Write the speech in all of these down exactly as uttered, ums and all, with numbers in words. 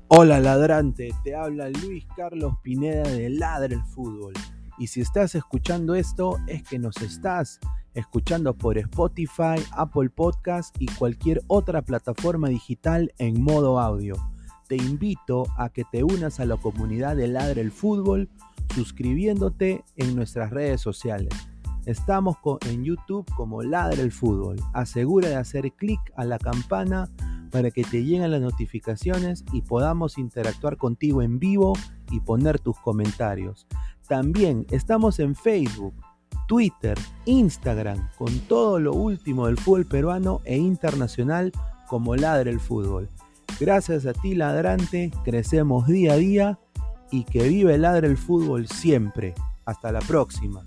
Hola ladrante, te habla Luis Carlos Pineda de Ladra el Fútbol. Y si estás escuchando esto, es que nos estás escuchando por Spotify, Apple Podcast y cualquier otra plataforma digital en modo audio. Te invito a que te unas a la comunidad de Ladra el Fútbol suscribiéndote en nuestras redes sociales. Estamos en YouTube como Ladra el Fútbol. Asegura de hacer clic a la campana para que te lleguen las notificaciones y podamos interactuar contigo en vivo y poner tus comentarios. También estamos en Facebook, Twitter, Instagram, con todo lo último del fútbol peruano e internacional como Ladra el Fútbol. Gracias a ti, ladrante, crecemos día a día y que vive Ladra el Fútbol siempre. Hasta la próxima.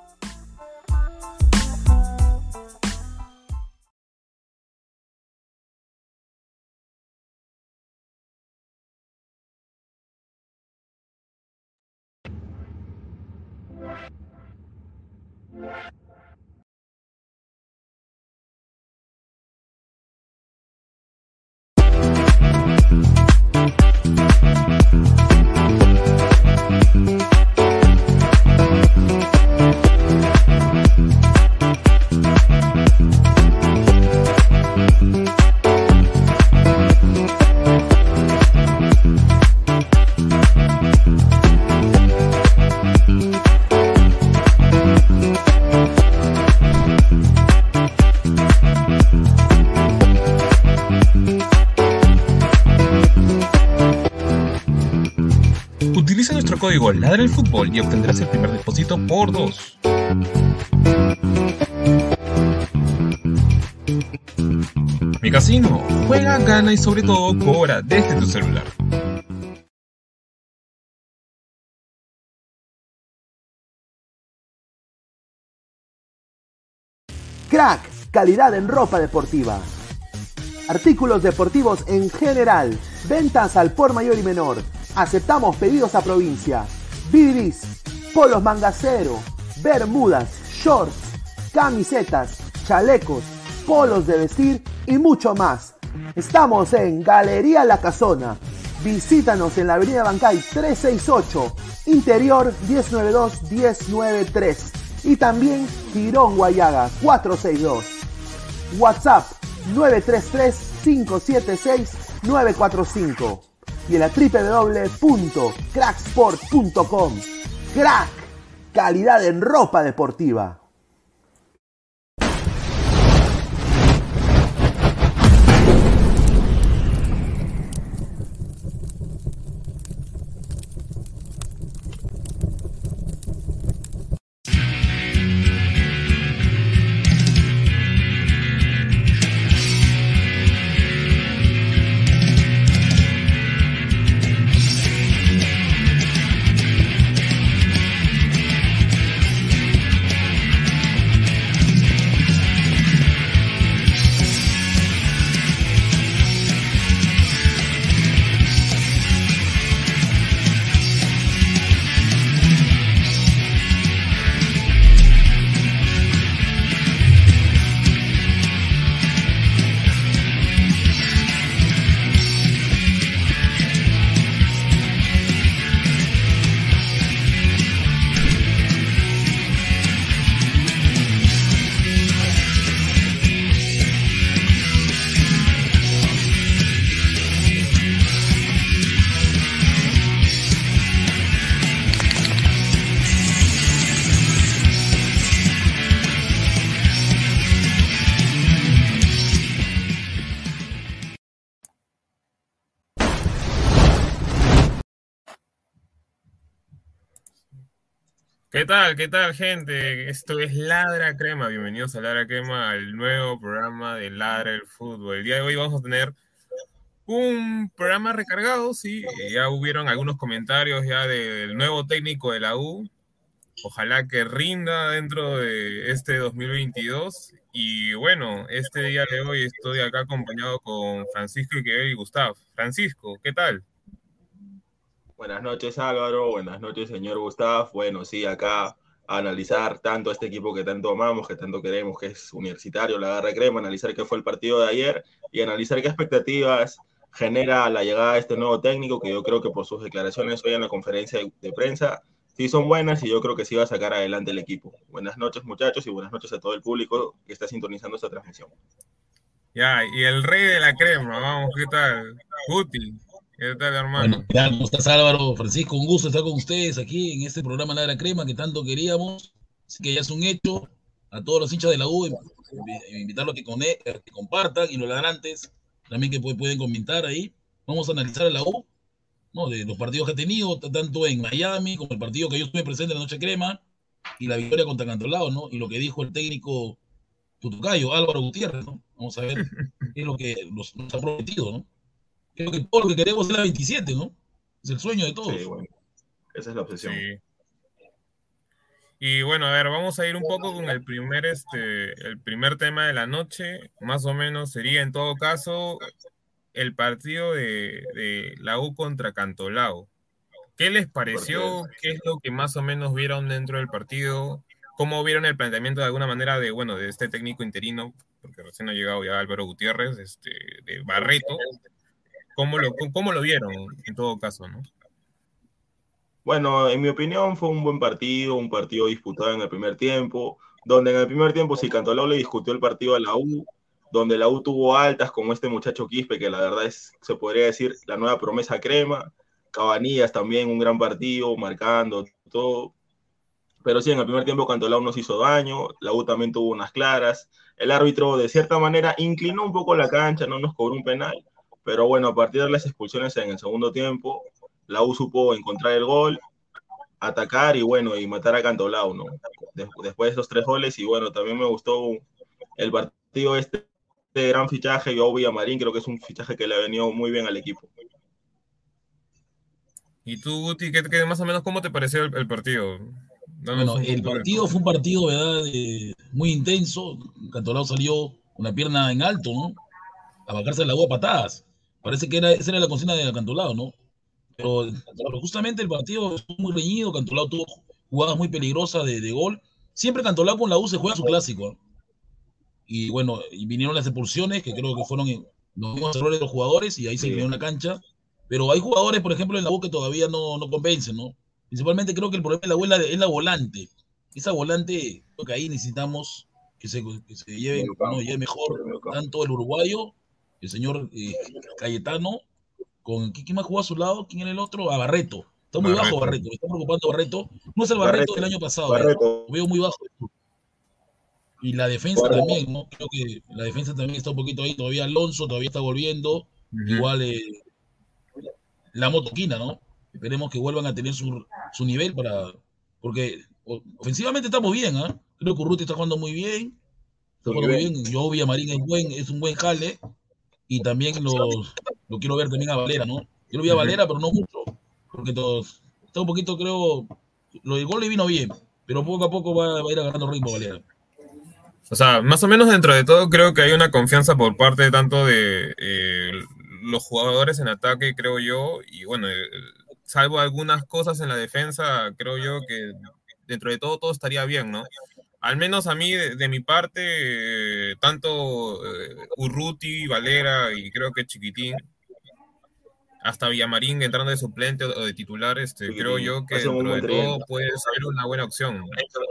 Utiliza nuestro código Ladra el Fútbol y obtendrás el primer depósito por dos. Mi casino, juega, gana y sobre todo cobra desde tu celular. Crack, calidad en ropa deportiva. Artículos deportivos en general. Ventas al por mayor y menor. Aceptamos pedidos a provincia. Bidris, polos mangacero, bermudas, shorts, camisetas, chalecos, polos de vestir y mucho más. Estamos en Galería La Casona. Visítanos en la avenida Bancay trescientos sesenta y ocho, interior diez noventa y dos diez noventa y tres y también Girón Guayaga cuatrocientos sesenta y dos. WhatsApp nueve tres tres cinco siete seis nueve cuatro cinco y en la doble u doble u doble u punto cracksport punto com. Crack, calidad en ropa deportiva. ¿Qué tal? ¿Qué tal, gente? Esto es Ladra Crema. Bienvenidos a Ladra Crema, al nuevo programa de Ladra el Fútbol. El día de hoy vamos a tener un programa recargado, sí. Ya hubieron algunos comentarios ya del nuevo técnico de la U. Ojalá que rinda dentro de este dos mil veintidós. Y bueno, este día de hoy estoy acá acompañado con Francisco y Gustavo. Francisco, ¿qué tal? Buenas noches, Álvaro. Buenas noches, señor Gustavo. Bueno, sí, acá a analizar tanto este equipo que tanto amamos, que tanto queremos, que es Universitario, la Garra Crema, analizar qué fue el partido de ayer y analizar qué expectativas genera la llegada de este nuevo técnico, que yo creo que por sus declaraciones hoy en la conferencia de, de prensa sí son buenas y yo creo que sí va a sacar adelante el equipo. Buenas noches, muchachos, y buenas noches a todo el público que está sintonizando esta transmisión. Ya, y el rey de la crema, vamos, ¿qué tal? Guti, ¿qué tal, hermano? Bueno, ¿qué tal? ¿Cómo estás, Álvaro? Francisco, un gusto estar con ustedes aquí en este programa La Crema que tanto queríamos. Así que ya es un hecho. A todos los hinchas de la U, invitarlos a que, con, a que compartan, y los ladrantes también que pueden comentar ahí. Vamos a analizar a la U, ¿no? De los partidos que ha tenido, tanto en Miami como el partido que yo estuve presente en la Noche Crema y la victoria contra Cantolao, ¿no? Y lo que dijo el técnico Tutucayo, Álvaro Gutiérrez, ¿no? Vamos a ver qué es lo que nos, nos ha prometido, ¿no? Creo que todo lo que queremos es la veintisiete, ¿no? Es el sueño de todos. Sí, bueno, esa es la obsesión. Sí. Y bueno, a ver, vamos a ir un poco con el primer, este, el primer tema de la noche. Más o menos sería, en todo caso, el partido de, de la U contra Cantolao. ¿Qué les pareció? ¿Qué es lo que más o menos vieron dentro del partido? ¿Cómo vieron el planteamiento de alguna manera de, bueno, de este técnico interino? Porque recién ha llegado ya Álvaro Gutiérrez, este, de Barreto. ¿Cómo lo, cómo lo vieron, en todo caso, no? Bueno, en mi opinión fue un buen partido, un partido disputado en el primer tiempo, donde en el primer tiempo sí Cantolao le discutió el partido a la U, donde la U tuvo altas como este muchacho Quispe, que la verdad es, se podría decir, la nueva promesa crema. Cabanillas también, un gran partido, marcando todo. Pero sí, en el primer tiempo Cantolao nos hizo daño, la U también tuvo unas claras. El árbitro, de cierta manera, inclinó un poco la cancha, no nos cobró un penal. Pero bueno, a partir de las expulsiones en el segundo tiempo, la U supo encontrar el gol, atacar y bueno, y matar a Cantolao, ¿no? Después de esos tres goles, y bueno, también me gustó el partido este, este gran fichaje, Joao Villamarín, creo que es un fichaje que le ha venido muy bien al equipo. ¿Y tú, Guti, qué, qué, más o menos cómo te pareció el, el partido? Danos bueno, el partido fue un partido, ¿verdad? Eh, muy intenso. Cantolao salió con la pierna en alto, ¿no? A bajarse la agua a patadas. Parece que era, esa era la consigna de Cantolao, ¿no? Pero, pero justamente el partido estuvo muy reñido. Cantolao tuvo jugadas muy peligrosas de, de gol. Siempre Cantolao con la U se juega su clásico, ¿no? Y bueno, y vinieron las expulsiones, que creo que fueron los mismos errores de los jugadores, y ahí se inclinó la cancha. Pero hay jugadores, por ejemplo, en la U que todavía no, no convencen, ¿no? Principalmente creo que el problema de la U es la, es la volante. Esa volante, creo que ahí necesitamos que se, que se lleve, no, lleve mejor tanto el uruguayo, el señor eh, Cayetano, con ¿quién más jugó a su lado? ¿Quién era el otro? A Barreto. Está muy Barreto. bajo Barreto, me está preocupando Barreto. No es el Barreto, Barreto del año pasado, Barreto. Lo veo muy bajo. Y la defensa Barreto. también, ¿no? Creo que la defensa también está un poquito ahí. Todavía Alonso todavía está volviendo. Uh-huh. Igual eh, la Motoquina, ¿no? Esperemos que vuelvan a tener su, su nivel para... Porque ofensivamente estamos bien, ¿ah? ¿eh? Creo que Urruti está jugando muy bien. Está jugando muy bien. bien. Yo Villamarín es, buen, es un buen jale. Y también los, lo quiero ver también a Valera, ¿no? Yo lo vi a Valera, pero no mucho. Porque todos, está un poquito, creo... Lo del gol le vino bien. Pero poco a poco va, va a ir agarrando ritmo Valera. O sea, más o menos dentro de todo creo que hay una confianza por parte tanto de eh, los jugadores en ataque, creo yo, y bueno, el, salvo algunas cosas en la defensa, creo yo que dentro de todo todo estaría bien, ¿no? Al menos a mí, de, de mi parte, eh, tanto eh, Urruti, Valera y creo que Chiquitín, hasta Villamarín entrando de suplente o de titular, este, sí, creo yo que dentro de todo puede ser una buena opción.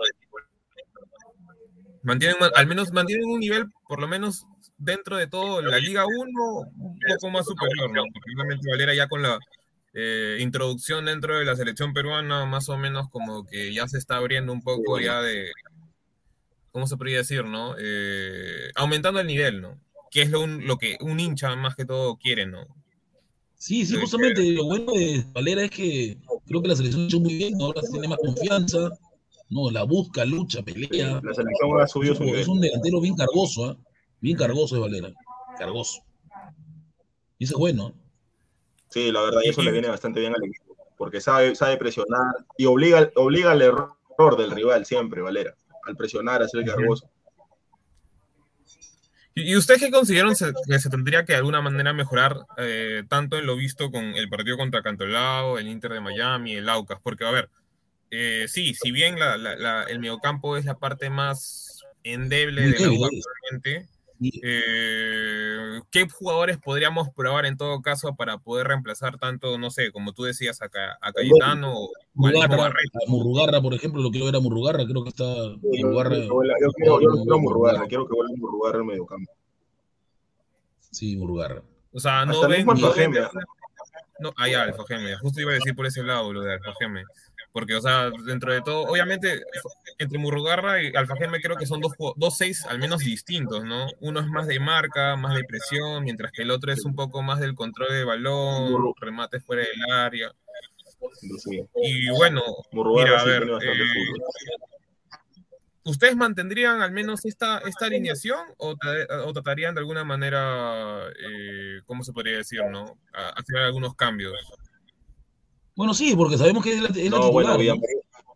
Mantienen, al menos mantienen un nivel, por lo menos dentro de todo, la Liga uno un poco más superior, ¿no? Porque obviamente Valera ya con la eh, introducción dentro de la selección peruana, más o menos como que ya se está abriendo un poco ya de, ¿cómo se podría decir, no? Eh, aumentando el nivel, ¿no? Que es lo, un, lo que un hincha más que todo quiere, ¿no? Sí, sí, justamente que... lo bueno de Valera es que creo que la selección ha hecho muy bien, ahora tiene más confianza. No, la busca, lucha, pelea. Sí, la selección ha subido su nivel. Es un delantero bien cargoso, ¿eh? Bien cargoso de Valera. Cargoso. Y eso es bueno. Sí, la verdad, y eso le viene bastante bien al equipo. Porque sabe, sabe presionar y obliga, obliga al error del rival siempre, Valera. Al presionar, a ser cargoso. ¿Y ustedes qué consideran que se tendría que de alguna manera mejorar eh, tanto en lo visto con el partido contra Cantolao, el Inter de Miami, el Aucas? Porque, a ver, Eh, sí, si bien la, la, la, el mediocampo es la parte más endeble de la U actualmente, Eh, ¿Qué jugadores podríamos probar en todo caso para poder reemplazar tanto, no sé, como tú decías, a, a Cayetano o al mismo Murrugarra, Barreto? a Murrugarra, por ejemplo, lo quiero ver a Murrugarra, creo que está Sí, Murrugarra. yo, yo, yo, quiero, yo lo quiero a Murrugarra, quiero que vuelva a Murrugarra al mediocampo. Sí, Murrugarra. O sea, no Hasta ven, mismo no ven, Alfajeme. no, ah, ya, Alfa Geme, justo iba a decir por ese lado lo de Alfa Geme, porque, o sea, dentro de todo, obviamente, entre Murrugarra y Alfa Geme creo que son dos, dos seis al menos distintos, ¿no? Uno es más de marca, más de presión, mientras que el otro es un poco más del control del balón, remates fuera del área. Sí. Y bueno, Murrugarra mira, a sí ver, tiene bastante eh, fútbol. ¿ustedes mantendrían al menos esta, esta alineación o, tra- o tratarían de alguna manera, eh, ¿cómo se podría decir, no? A- hacer algunos cambios. Bueno, sí, porque sabemos que es la, es la No, titular, bueno, ¿no?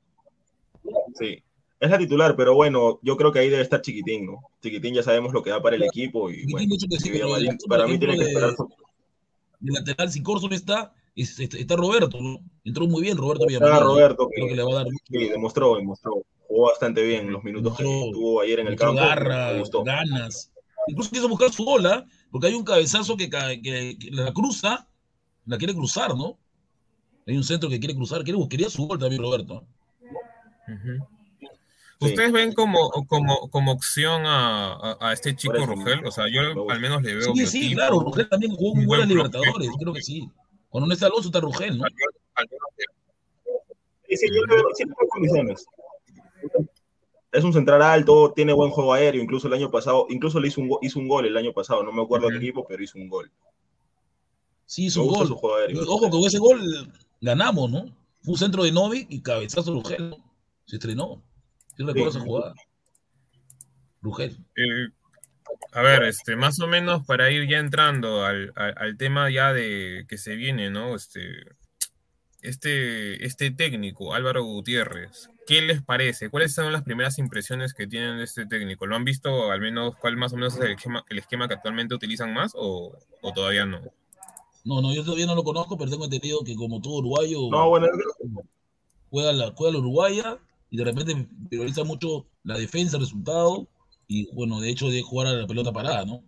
sí. Es la titular, pero bueno, yo creo que ahí debe estar Chiquitín, ¿no? Chiquitín ya sabemos lo que da para el equipo y Chiquitín, bueno, de hecho que sí, y pero el Villamarín caso, por para mí ejemplo, tiene que esperar de, su... de lateral, si Corso no está, es- es- está Roberto, ¿no? Entró muy bien Roberto Está Villamarín, ¿no? Roberto, Creo que que le va a dar sí, mucho, demostró, demostró. Jugó bastante bien los minutos mostró, que tuvo ayer en el mostró campo, me, me garra, gustó. ganas. Incluso quiso buscar su bola, porque hay un cabezazo que, ca- que- que la cruza, la quiere cruzar, ¿no? Hay un centro que quiere cruzar, quiere, quería su gol también Roberto. Ujú. Sí, ¿Ustedes ven como, como, como opción a, a, a este por chico eso Rugel? O sea, yo me al gusta. menos le veo Sí, sí, claro, biotipo, Rugel también jugó muy un buenas buen Libertadores, prospecto. creo que sí. Cuando no está Alonso está Rugel, ¿no? Al menos- al menos Sí, sí, yo le veo siempre en condiciones. Es un central alto, tiene buen juego aéreo, incluso el año pasado, incluso le hizo un, go- hizo un gol el año pasado, no me acuerdo a qué Ujú. equipo, pero hizo un gol. Sí, hizo Me un gusta su gol. juego Y aéreo. ojo que con ese gol ganamos, ¿no? Fue un centro de Novi y cabezazo de Rugel, ¿no? Se estrenó. Yo recuerdo Sí, esa jugada. Rugel. Eh, a ver, este, más o menos para ir ya entrando al, al, al tema ya de que se viene, ¿no? Este, este, este técnico, Álvaro Gutiérrez, ¿qué les parece? ¿Cuáles son las primeras impresiones que tienen de este técnico? ¿Lo han visto al menos cuál más o menos es el esquema, el esquema que actualmente utilizan más o, o todavía no? No, no, yo todavía no lo conozco, pero tengo entendido que como todo uruguayo no, bueno, yo creo juega la, juega la uruguaya y de repente prioriza mucho la defensa, el resultado y bueno, de hecho de jugar a la pelota parada, ¿no?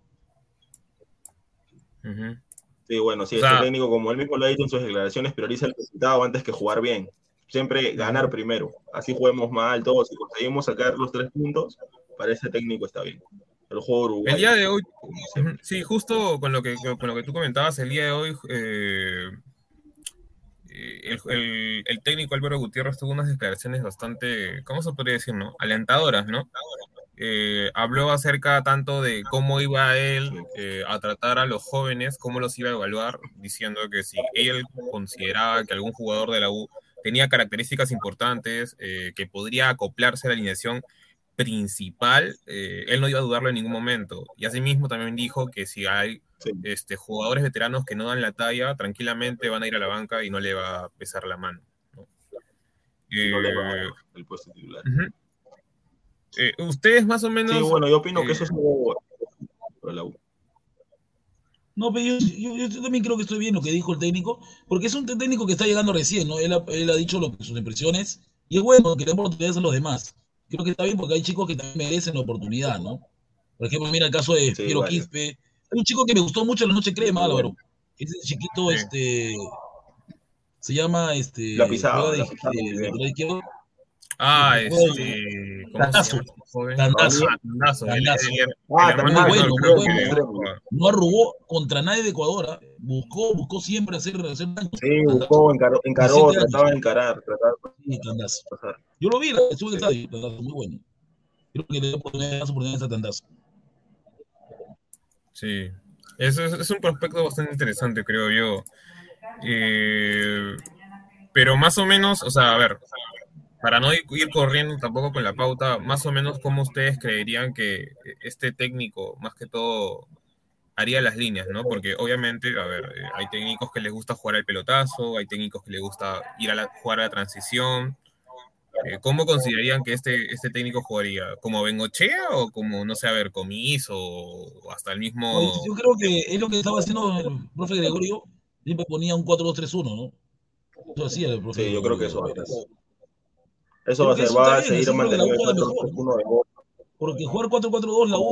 Ujú. sí, bueno, sí, O este sea, técnico, como él mismo lo ha dicho en sus declaraciones, prioriza el resultado antes que jugar bien. Siempre ganar ujú. primero. Así juguemos mal todos. Si conseguimos sacar los tres puntos, para ese técnico está bien. El juego El uruguayo, día de hoy, como ujú, siempre. sí, justo con lo que, con lo que tú comentabas, el día de hoy, eh, el, el- el técnico Álvaro Gutiérrez tuvo unas declaraciones bastante, ¿cómo se podría decir, no? Alentadoras, ¿no? Eh, habló acerca tanto de cómo iba él Sí, eh, a tratar a los jóvenes, cómo los iba a evaluar, diciendo que si él consideraba que algún jugador de la U tenía características importantes, eh, que podría acoplarse a la alineación principal, eh, él no iba a dudarlo en ningún momento. Y asimismo también dijo que si hay sí, este, jugadores veteranos que no dan la talla, tranquilamente van a ir a la banca y no le va a pesar la mano, ¿no? y no le va a dar Eh, el puesto titular. ujú. Eh, ustedes más o Sí, menos, bueno, yo opino que eh, eso es algo para la U. No, pero yo, yo- yo también creo que estoy bien lo que dijo el técnico, porque es un técnico que está llegando recién, ¿no? Él ha, él ha dicho lo, sus impresiones y es bueno que le dé oportunidades a los demás. Creo que está bien porque hay chicos que también merecen la oportunidad, ¿no? Por ejemplo, mira el caso de Sí, Piero varios. Quispe. Hay un chico que me gustó mucho en la noche crema, Muy bueno. Álvaro. Ese chiquito, sí. este, se llama, La este, juega pisaba, de, la de, pisaba muy de bien. lateral izquierdo, sí, Ah, pero juega de este, ¿cómo se Tandazo, llama este joven? Tandazo, Ah, Tandazo, el, Tandazo. el- el Ah, hermano Muy también, bueno, menor, muy creo en bueno, que ¿ah? extremo. juega. No arrugó contra nadie de Ecuador, ¿ah? Buscó, buscó siempre hacer, hacer daño. Sí, Tandazo. buscó, encaró, encaró, diecisiete años. trataba de encarar, trataba Sí, Tandazo. de pasar. Yo lo vi, estuve en el Sí, estadio, Tandazo, muy bueno. Creo que le dio oportunidad, más oportunidades a Tandazo. Sí, es, es, es un prospecto bastante interesante, creo yo. Eh, pero más o menos, o sea, a ver, para no ir, ir corriendo tampoco con la pauta, más o menos cómo ustedes creerían que este técnico, más que todo, haría las líneas, ¿no? Porque obviamente, a ver, eh, hay técnicos que les gusta jugar al pelotazo, hay técnicos que les gusta ir a la, jugar a la transición. Eh, ¿Cómo considerarían que este, este técnico jugaría? ¿Como Bengochea o como, no sé, a ver, Comis o hasta el Oye, mismo... yo creo que es lo que estaba haciendo el profe Gregorio, siempre ponía un cuatro dos tres uno, ¿no? Eso hacía el profe sí, yo creo que eso Gregorio va a ser. Pérez. Eso va Creo a que ser, eso está va a bien, seguir así creo que la U manteniendo el juega cuatro mejor, tres ¿no? uno de Boca. Porque jugar cuatro cuatro dos la U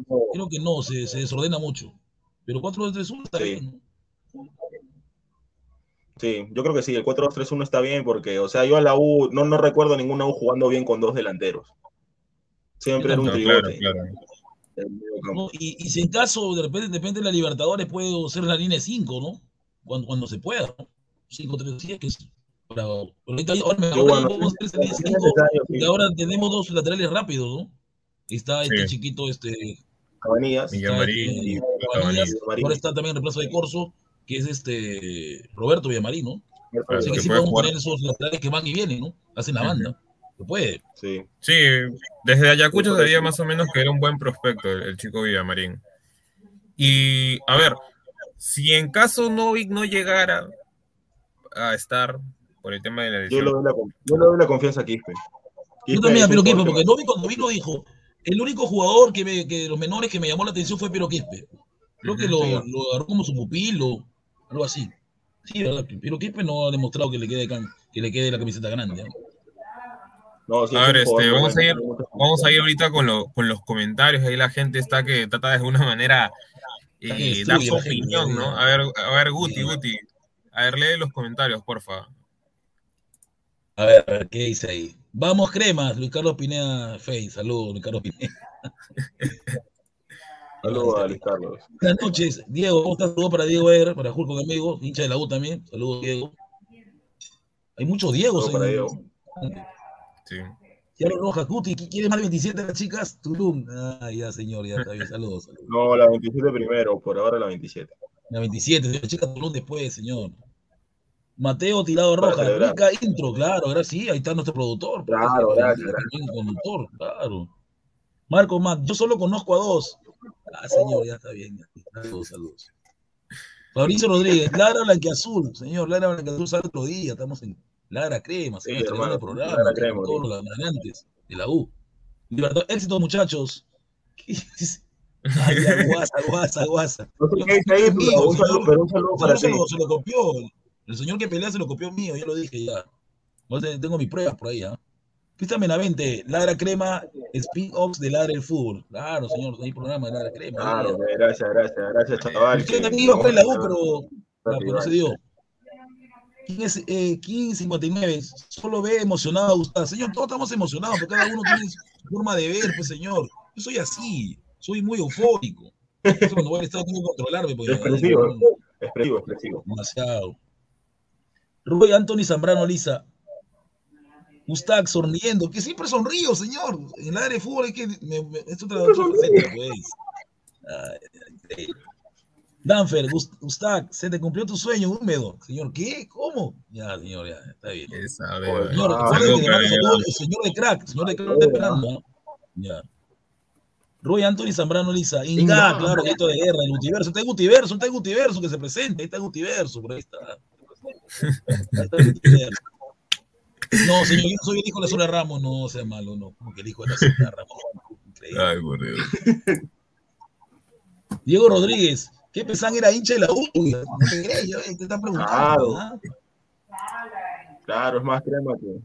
creo que no, se, se desordena mucho. Pero cuatro dos tres uno está Sí. bien, ¿no? Sí, yo creo que sí, el cuatro dos tres uno está bien porque, o sea, yo a la U no, no recuerdo ninguna U jugando bien con dos delanteros. Siempre era un No, claro, tribote. claro. El medio campo. ¿No? Y, y si en caso de repente depende de la Libertadores puede ser la línea cinco, ¿no? Cuando, cuando se pueda, ¿no? cinco tres sí, que es para, ahorita, ahora, Sí, ahora bueno, podemos hacer esa línea es cinco, necesario, sí. y ahora tenemos dos laterales rápidos, ¿no? Está este Sí. chiquito, este, Cabanillas. Miguel está Marín este, y Cabanillas, Cabanillas. Marín. ahora está también el reemplazo de Corso, que es este Roberto Villamarín, ¿no? Claro, Así que que sí puede podemos jugar. poner esos laterales que van y vienen, ¿no? Hacen la Ujú. banda. Se puede. Sí. Sí, desde Ayacucho Sí, por se veía eso. más o menos que era un buen prospecto el, el chico Villamarín. Y, a ver, si en caso Novik no llegara a estar por el tema de la Yo lesión, le doy la, con- yo le doy la confianza a Quispe. Yo Quispe también a es un Piero Quispe, corte porque más. Novi cuando vino dijo, el único jugador que, me, que de los menores que me llamó la atención fue Piero Quispe. Creo que Ujú. lo, Sí. lo agarró como su pupilo, algo así. Sí, ¿verdad? Piero Quispe no ha demostrado que le quede, can- que le quede la camiseta grande, ¿no? No, sí a es ver, un jugador este, muy vamos a bueno. ir, tiene muchas vamos a ir condiciones. ahorita con, lo- con los comentarios. Ahí la gente está que trata de alguna manera Está que eh, dar destruye su la gente opinión, todavía. ¿no? A ver, a ver, Guti, Sí. Guti. A ver, lee los comentarios, porfa. A ver, a ver, ¿qué dice ahí? Vamos, cremas, Luis Carlos Pineda Fey. Saludos, Luis Carlos Pineda. ¿Qué más Saludos dice a aquí? Luis Carlos. Buenas noches, Diego. ¿Cómo estás? Saludos para Diego Eger, para Julio con amigos, hincha de la U también. Saludos, Diego. Hay muchos Diegos Saludos para en Diego. Sí. Cielo Rojas, Guti, ¿quieres más de veintisiete las chicas? Tulum. Ah, ya, señor, ya está bien. Saludos, saludos. No, la veintisiete primero, por ahora la veintisiete. La veintisiete, las chicas Tulum después, señor. Mateo Tirado Para Rojas, celebrar. rica intro, claro, ahora sí, ahí está nuestro productor. Pues, Claro, el, gracias, el, gracias. el conductor, claro. Marco Matt, yo solo conozco a dos. Ah, señor, ya está bien. Ya. Saludos, saludos. Fabricio Rodríguez, Lara Blanquiazul, señor, Lara Blanquiazul sale otro día, estamos en Lara Crema, Sí, señor, estrenando el hermano. programa, Lara aquí con Crema, todos los navegantes de la U. Libertad, éxito, muchachos. ¿Qué dice? Ay, ya, guasa, guasa, guasa. No sé Yo qué dice ahí, es pero mío, un saludo, señor. pero un saludo El para señor se ti. lo, se lo copió. El señor que pelea se lo copió mío, yo lo dije ya. No te- tengo mis pruebas por ahí, ¿ah? Cristian Benavente, Ladra Crema, spin-offs de Ladra el Fútbol. Claro, señor, hay programa de Ladra Crema. ahí Claro, ya. gracias, gracias, gracias, chaval. Usted Que también iba vamos para a la U, tener pero, una ah, pero no se rival. dio. ¿Quién es eh, King cincuenta y nueve? Solo ve emocionado a Gustavo. Señor, todos estamos emocionados, pero cada uno tiene su forma de ver, pues, señor. Yo soy así, soy muy eufórico. Entonces, cuando voy al estado tengo que controlarme, pues, Expresivo, no, expresivo, expresivo. demasiado. Roy Anthony Zambrano Lisa. Gustavo sonriendo, que siempre sonrío, señor. En el área de fútbol es que me, me, es otra, otra faceta, pues. Ay, increíble. Danfer, Gustavo, se te cumplió tu sueño húmedo. Señor, ¿qué? ¿Cómo? Ya, señor, ya, está bien. Esa, Joder, Señor, ah, recuerde saludos que le para mando allá. saludos al señor de crack, señor de crack está esperando, ¿no? Ya. Roy Anthony Zambrano Lisa, Inga, Inga. claro, grito de guerra, el Gutiverso, está en Gutiverso, está en Gutiverso, que se presente, ahí está Gutiverso, por ahí está. Ahí está Gutiverso. No, señor, yo no soy el hijo de la Sola Ramos, no sea malo, no, como que el hijo de la Sola Ramos. Increíble. Ay, por Dios. Diego Rodríguez, ¿qué Pesán era hincha de la U? No te crees, ya te están preguntando. Claro. ¿Ah? Claro, es más crema que.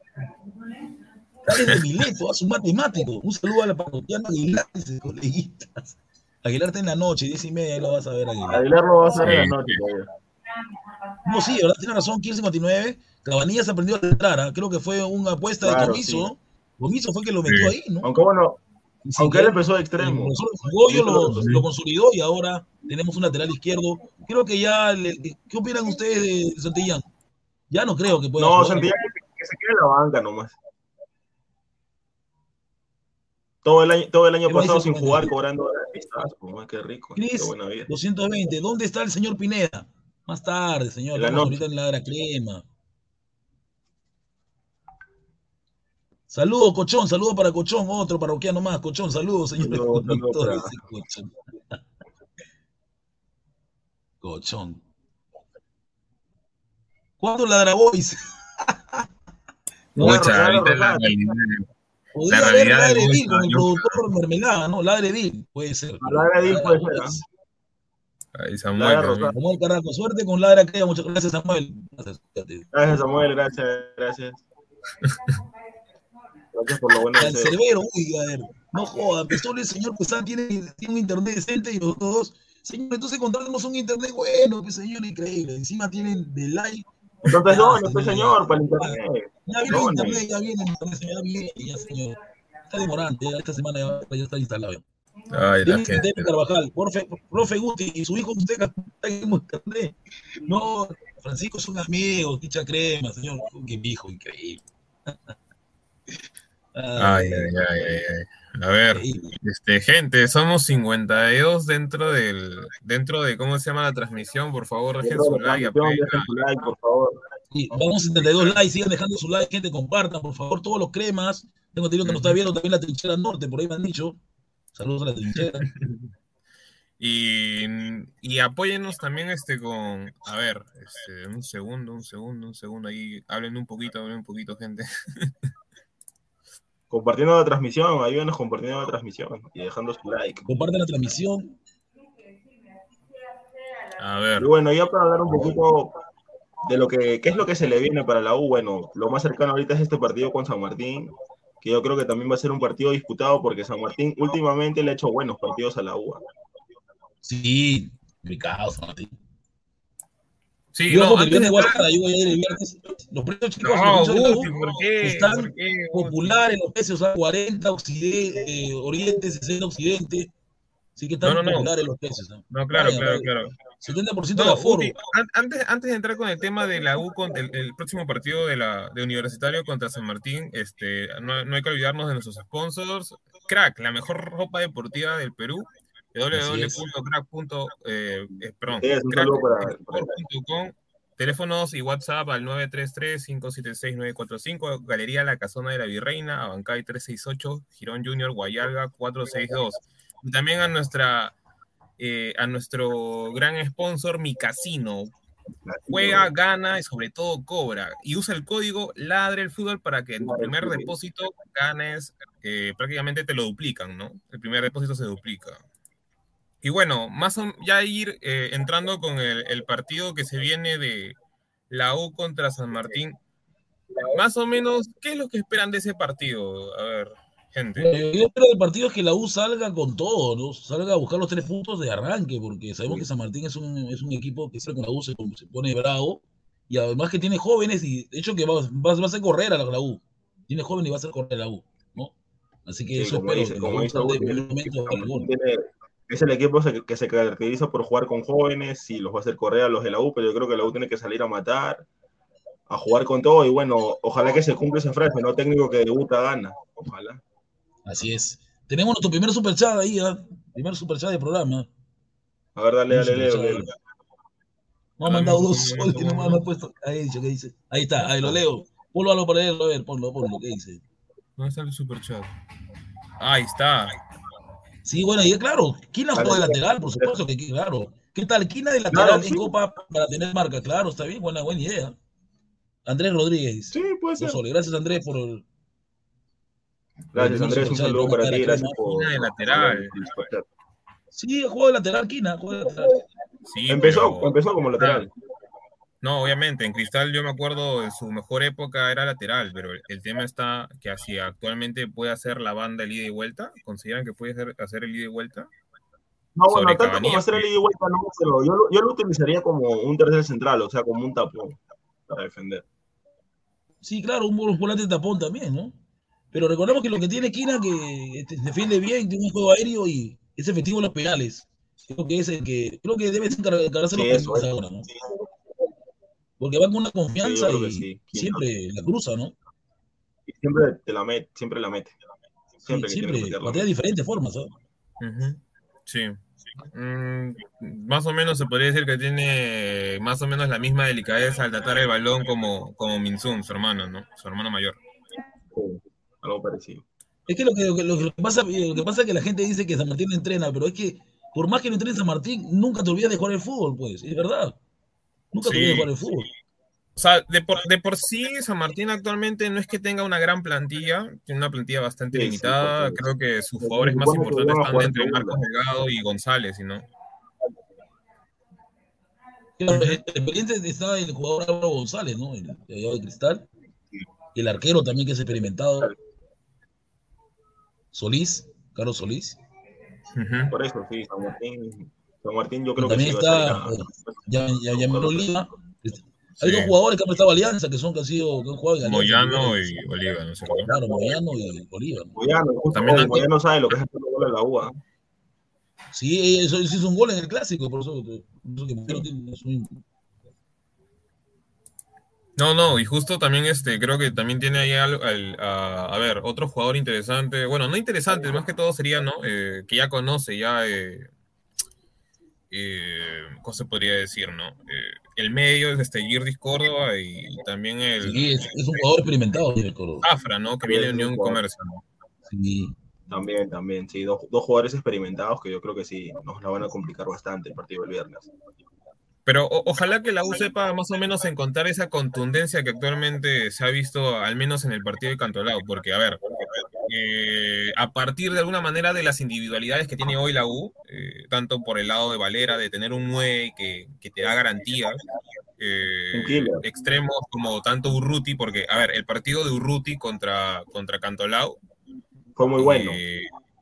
Dale de Mileto, a su matemático. Un saludo a la parroquiana Aguilar, dice, coleguitas. Aguilar está en la noche, diez y media, ahí lo vas a ver, Aguilar. Aguilar lo va a hacer Sí. en la noche todavía. No, sí, de verdad, tiene razón, quince cincuenta y nueve. Cabanillas aprendió a entrar, ¿ah? Creo que fue una apuesta Claro, de Comiso, sí. ¿no? Comiso fue que lo metió Sí. ahí, ¿no? Aunque bueno, Y sin aunque él querer, empezó de el extremo. profesor Goyo lo, Sí. lo consolidó y ahora tenemos un lateral izquierdo. Creo que ya, le- ¿qué opinan ustedes de Santillán? Ya no creo que pueda No, jugar. Santillán que, que se quede en la banca nomás. Todo el año, todo el año ¿Qué más pasado dice sin el jugar, comentario? cobrando vistas, pues, qué rico, qué Cris, buena vida. doscientos veinte. ¿Dónde está el señor Pineda? Más tarde, señor. En la Estamos noche. ahorita en la Ladra Crema. Saludos, Cochón. Saludos para Cochón. Otro parroquiano más. Cochón, saludos, señor Saludos, saludos conductor. para- Ese Cochón. Cochón. ¿Cuándo Ladra Boys? Claro, Pucha, claro, ahorita la claro. realidad. Podría La haber realidad Ladre del Bill con el yo- productor Mermelada, ¿no? Ladre Bill, puede ser. pero Ladre Bill puede ser, Boys. Ahí Samuel Ladra también. Rosado. Samuel Carrasco, suerte con Ladra Crema. Muchas gracias, Samuel. Gracias, cuídate. Gracias, Samuel, gracias, gracias. Gracias por lo bueno Al de ser. Cerbero, uy, a ver. No jodan, pues solo el señor Pesán tiene, tiene un internet decente y nosotros dos, señor, entonces contratemos un internet bueno, pues señor, increíble. Encima tienen de like. Entonces, Ya, no, no señor, soy ya. señor para el internet. Ya viene el No, internet, ya viene el internet, señor, ya viene, ya señor. Está demorando, ya esta semana ya, ya está instalado. Ya. Ay, la Dime gente. Temi Carvajal, profe, profe Guti y su hijo usted está en internet. No, Francisco es un amigo, dicha crema, señor. Qué hijo, increíble. Ay, ay, ay, ay, ay. A ver, este, gente, somos cincuenta y dos dentro del, dentro de, ¿cómo se llama la transmisión? Por favor, dejen su like, apoyen dejen su like, por favor. Y vamos a setenta y dos likes, sigan dejando su like, gente, compartan, por favor, todos los cremas. Tengo entendido que nos está viendo también la trinchera norte, por ahí me han dicho. Saludos a la trinchera. Y, y apóyennos también este con, a ver, este, un segundo, un segundo, un segundo ahí, hablen un poquito, hablen un poquito, gente. Compartiendo la transmisión, ayúdenos compartiendo la transmisión y dejando su like. Compartan la transmisión. A ver. Y bueno, ya para hablar un poquito de lo que, qué es lo que se le viene para la U, bueno, lo más cercano ahorita es este partido con San Martín, que yo creo que también va a ser un partido disputado porque San Martín últimamente le ha hecho buenos partidos a la U. Sí, mi causa, Martín. Sí, yo, no, antes de de Guadalajara, yo voy a ir el viernes. Los precios, chicos, no, los precios Guti, ¿por qué? están ¿Por qué? populares los precios, a cuarenta occidente, eh, oriente, sesenta occidente. Sí que están no, no, populares no. los precios. ¿No? No, claro, Vaya, claro, vaya. claro. setenta por ciento No, de aforo. Guti, an antes, antes de entrar con el tema de la U, con el, el próximo partido de, la, de Universitario contra San Martín, este, no, no hay que olvidarnos de nuestros sponsors. Crack, la mejor ropa deportiva del Perú. doble u doble u doble u punto crack punto com. Teléfonos y WhatsApp al nueve tres tres, cinco siete seis, nueve cuatro cinco. Galería La Casona de la Virreina, Abancay trescientos sesenta y ocho, Girón Junior, Guayalga cuatrocientos sesenta y dos. Y también a nuestra eh, a nuestro gran sponsor, Mi Casino. Juega, gana y sobre todo cobra. Y usa el código Ladre el Fútbol para que en tu primer depósito ganes, eh, prácticamente te lo duplican, ¿no? El primer depósito se duplica. Y bueno, más o, ya ir eh, entrando con el, el partido que se viene de la U contra San Martín. Más o menos, ¿qué es lo que esperan de ese partido? A ver, gente. Bueno, yo espero del partido es que la U salga con todo, ¿no? Salga a buscar los tres puntos de arranque, porque sabemos que San Martín es un, es un equipo que siempre con la U se, se pone bravo, y además que tiene jóvenes, y de hecho que va, va, va a hacer correr a la, la U. Tiene jóvenes y va a hacer correr a la U, ¿no? Así que sí, eso espero, dice, que la U salga de un momento al gol. Es el equipo que se caracteriza por jugar con jóvenes y los va a hacer correr a los de la U, pero yo creo que la U tiene que salir a matar, a jugar con todo, y bueno, ojalá que se cumpla esa frase, ¿no? Técnico que debuta gana, ojalá. Así es. Tenemos nuestro primer superchat ahí, ¿eh? Primer superchat del programa. A ver, dale, dale, leo, leo. No ha mandado dos soles, no me ha puesto. Ahí dice, ¿qué dice? Ahí está, ahí lo leo. Ponlo, algo para leerlo, a ver, ponlo, ponlo, ¿qué dice? ¿Dónde está el superchat? Ahí está. Sí, bueno, y claro, Quina juega de lateral, por supuesto que claro. ¿Qué tal? Quina de lateral claro, en sí. Copa para tener marca, claro, está bien, buena, buena idea. Andrés Rodríguez. Sí, puede ser. Sole. Gracias, Andrés, por el. Gracias, Andrés, un saludo para ti, gracias por. Quina de lateral. Sí, juega de lateral, Quina, juega de lateral. Sí, empezó, pero... empezó como lateral. No, obviamente, en Cristal yo me acuerdo en su mejor época era lateral, pero el tema está que así actualmente puede hacer la banda el ida y vuelta. ¿Consideran que puede hacer, hacer el ida y vuelta? No, bueno, tanto Cabanilla, como hacer el ida y vuelta no, pero yo, yo lo utilizaría como un tercer central, o sea, como un tapón para defender. Sí, claro, un volante tapón también, ¿no? Pero recordemos que lo que tiene Quina que defiende bien, tiene un juego aéreo y es efectivo en los penales. Creo que es el que, creo que debe encargarse sí, los penales ahora, ¿no? Sí. Porque va con una confianza sí, y sí. siempre la cruza, ¿no? Y siempre te la mete, siempre la mete. Siempre, sí, siempre patea de diferentes formas, ¿sabes? Uh-huh. Sí. Mm, más o menos se podría decir que tiene más o menos la misma delicadeza al tratar el balón como, como Minsun, su hermano, ¿no? Su hermano mayor. Sí, algo parecido. Es que lo que, lo que, lo que pasa, lo que pasa es que la gente dice que San Martín entrena, pero es que por más que no entrene San Martín, nunca te olvidas de jugar el fútbol, pues, es verdad. Nunca sí. te olvidas de jugar el fútbol. O sea, de por, de por sí, San Martín actualmente no es que tenga una gran plantilla, tiene una plantilla bastante sí, limitada. Sí, creo que sus jugadores más importantes están entre Marcos Delgado y González, ¿no? Claro, el expediente está el jugador Álvaro González, ¿no? El de Cristal. Y el arquero también que es experimentado. Solís, Carlos Solís. Uh-huh. Por eso, sí, San Martín, San Martín yo creo Y que también sí va a salir está a... eh, ya, ya, ya Miro Oliva. Sí. Hay dos jugadores que han prestado Alianza, que son que han sido que han jugado en Alianza. Moyano y y Oliva, ¿no es cierto? Claro, Moyano y Oliva. ¿no? Moyano, justo, También oh, han- Moyano sabe lo que es hacer un gol en la U A. Sí, eso eso hizo un gol en el clásico, por eso, por eso que Moyano tiene es un- No, no, y justo también este, creo que también tiene ahí al, al- a, a ver, otro jugador interesante, bueno, no interesante, más que todo sería, ¿no? Eh, que ya conoce, ya, eh, eh, ¿cómo se podría decir, no? Eh, el medio es este Girdis Córdoba y, y también el Sí, es, es un jugador experimentado, yo recuerdo. Zafra, ¿no? Que Sí, viene es de un Unión jugador. Comercio, ¿no? Sí. También, también, sí, dos, dos jugadores experimentados que yo creo que sí nos la van a complicar bastante el partido del viernes. Pero o- ojalá que la U sepa más o menos encontrar esa contundencia que actualmente se ha visto, al menos en el partido de Cantolao, porque, a ver, eh, a partir de alguna manera de las individualidades que tiene hoy la U, eh, tanto por el lado de Valera, de tener un nueve que, que te da garantías, eh, Un killer. extremos como tanto Urruti, porque, a ver, el partido de Urruti contra, contra Cantolao Fue muy bueno. eh,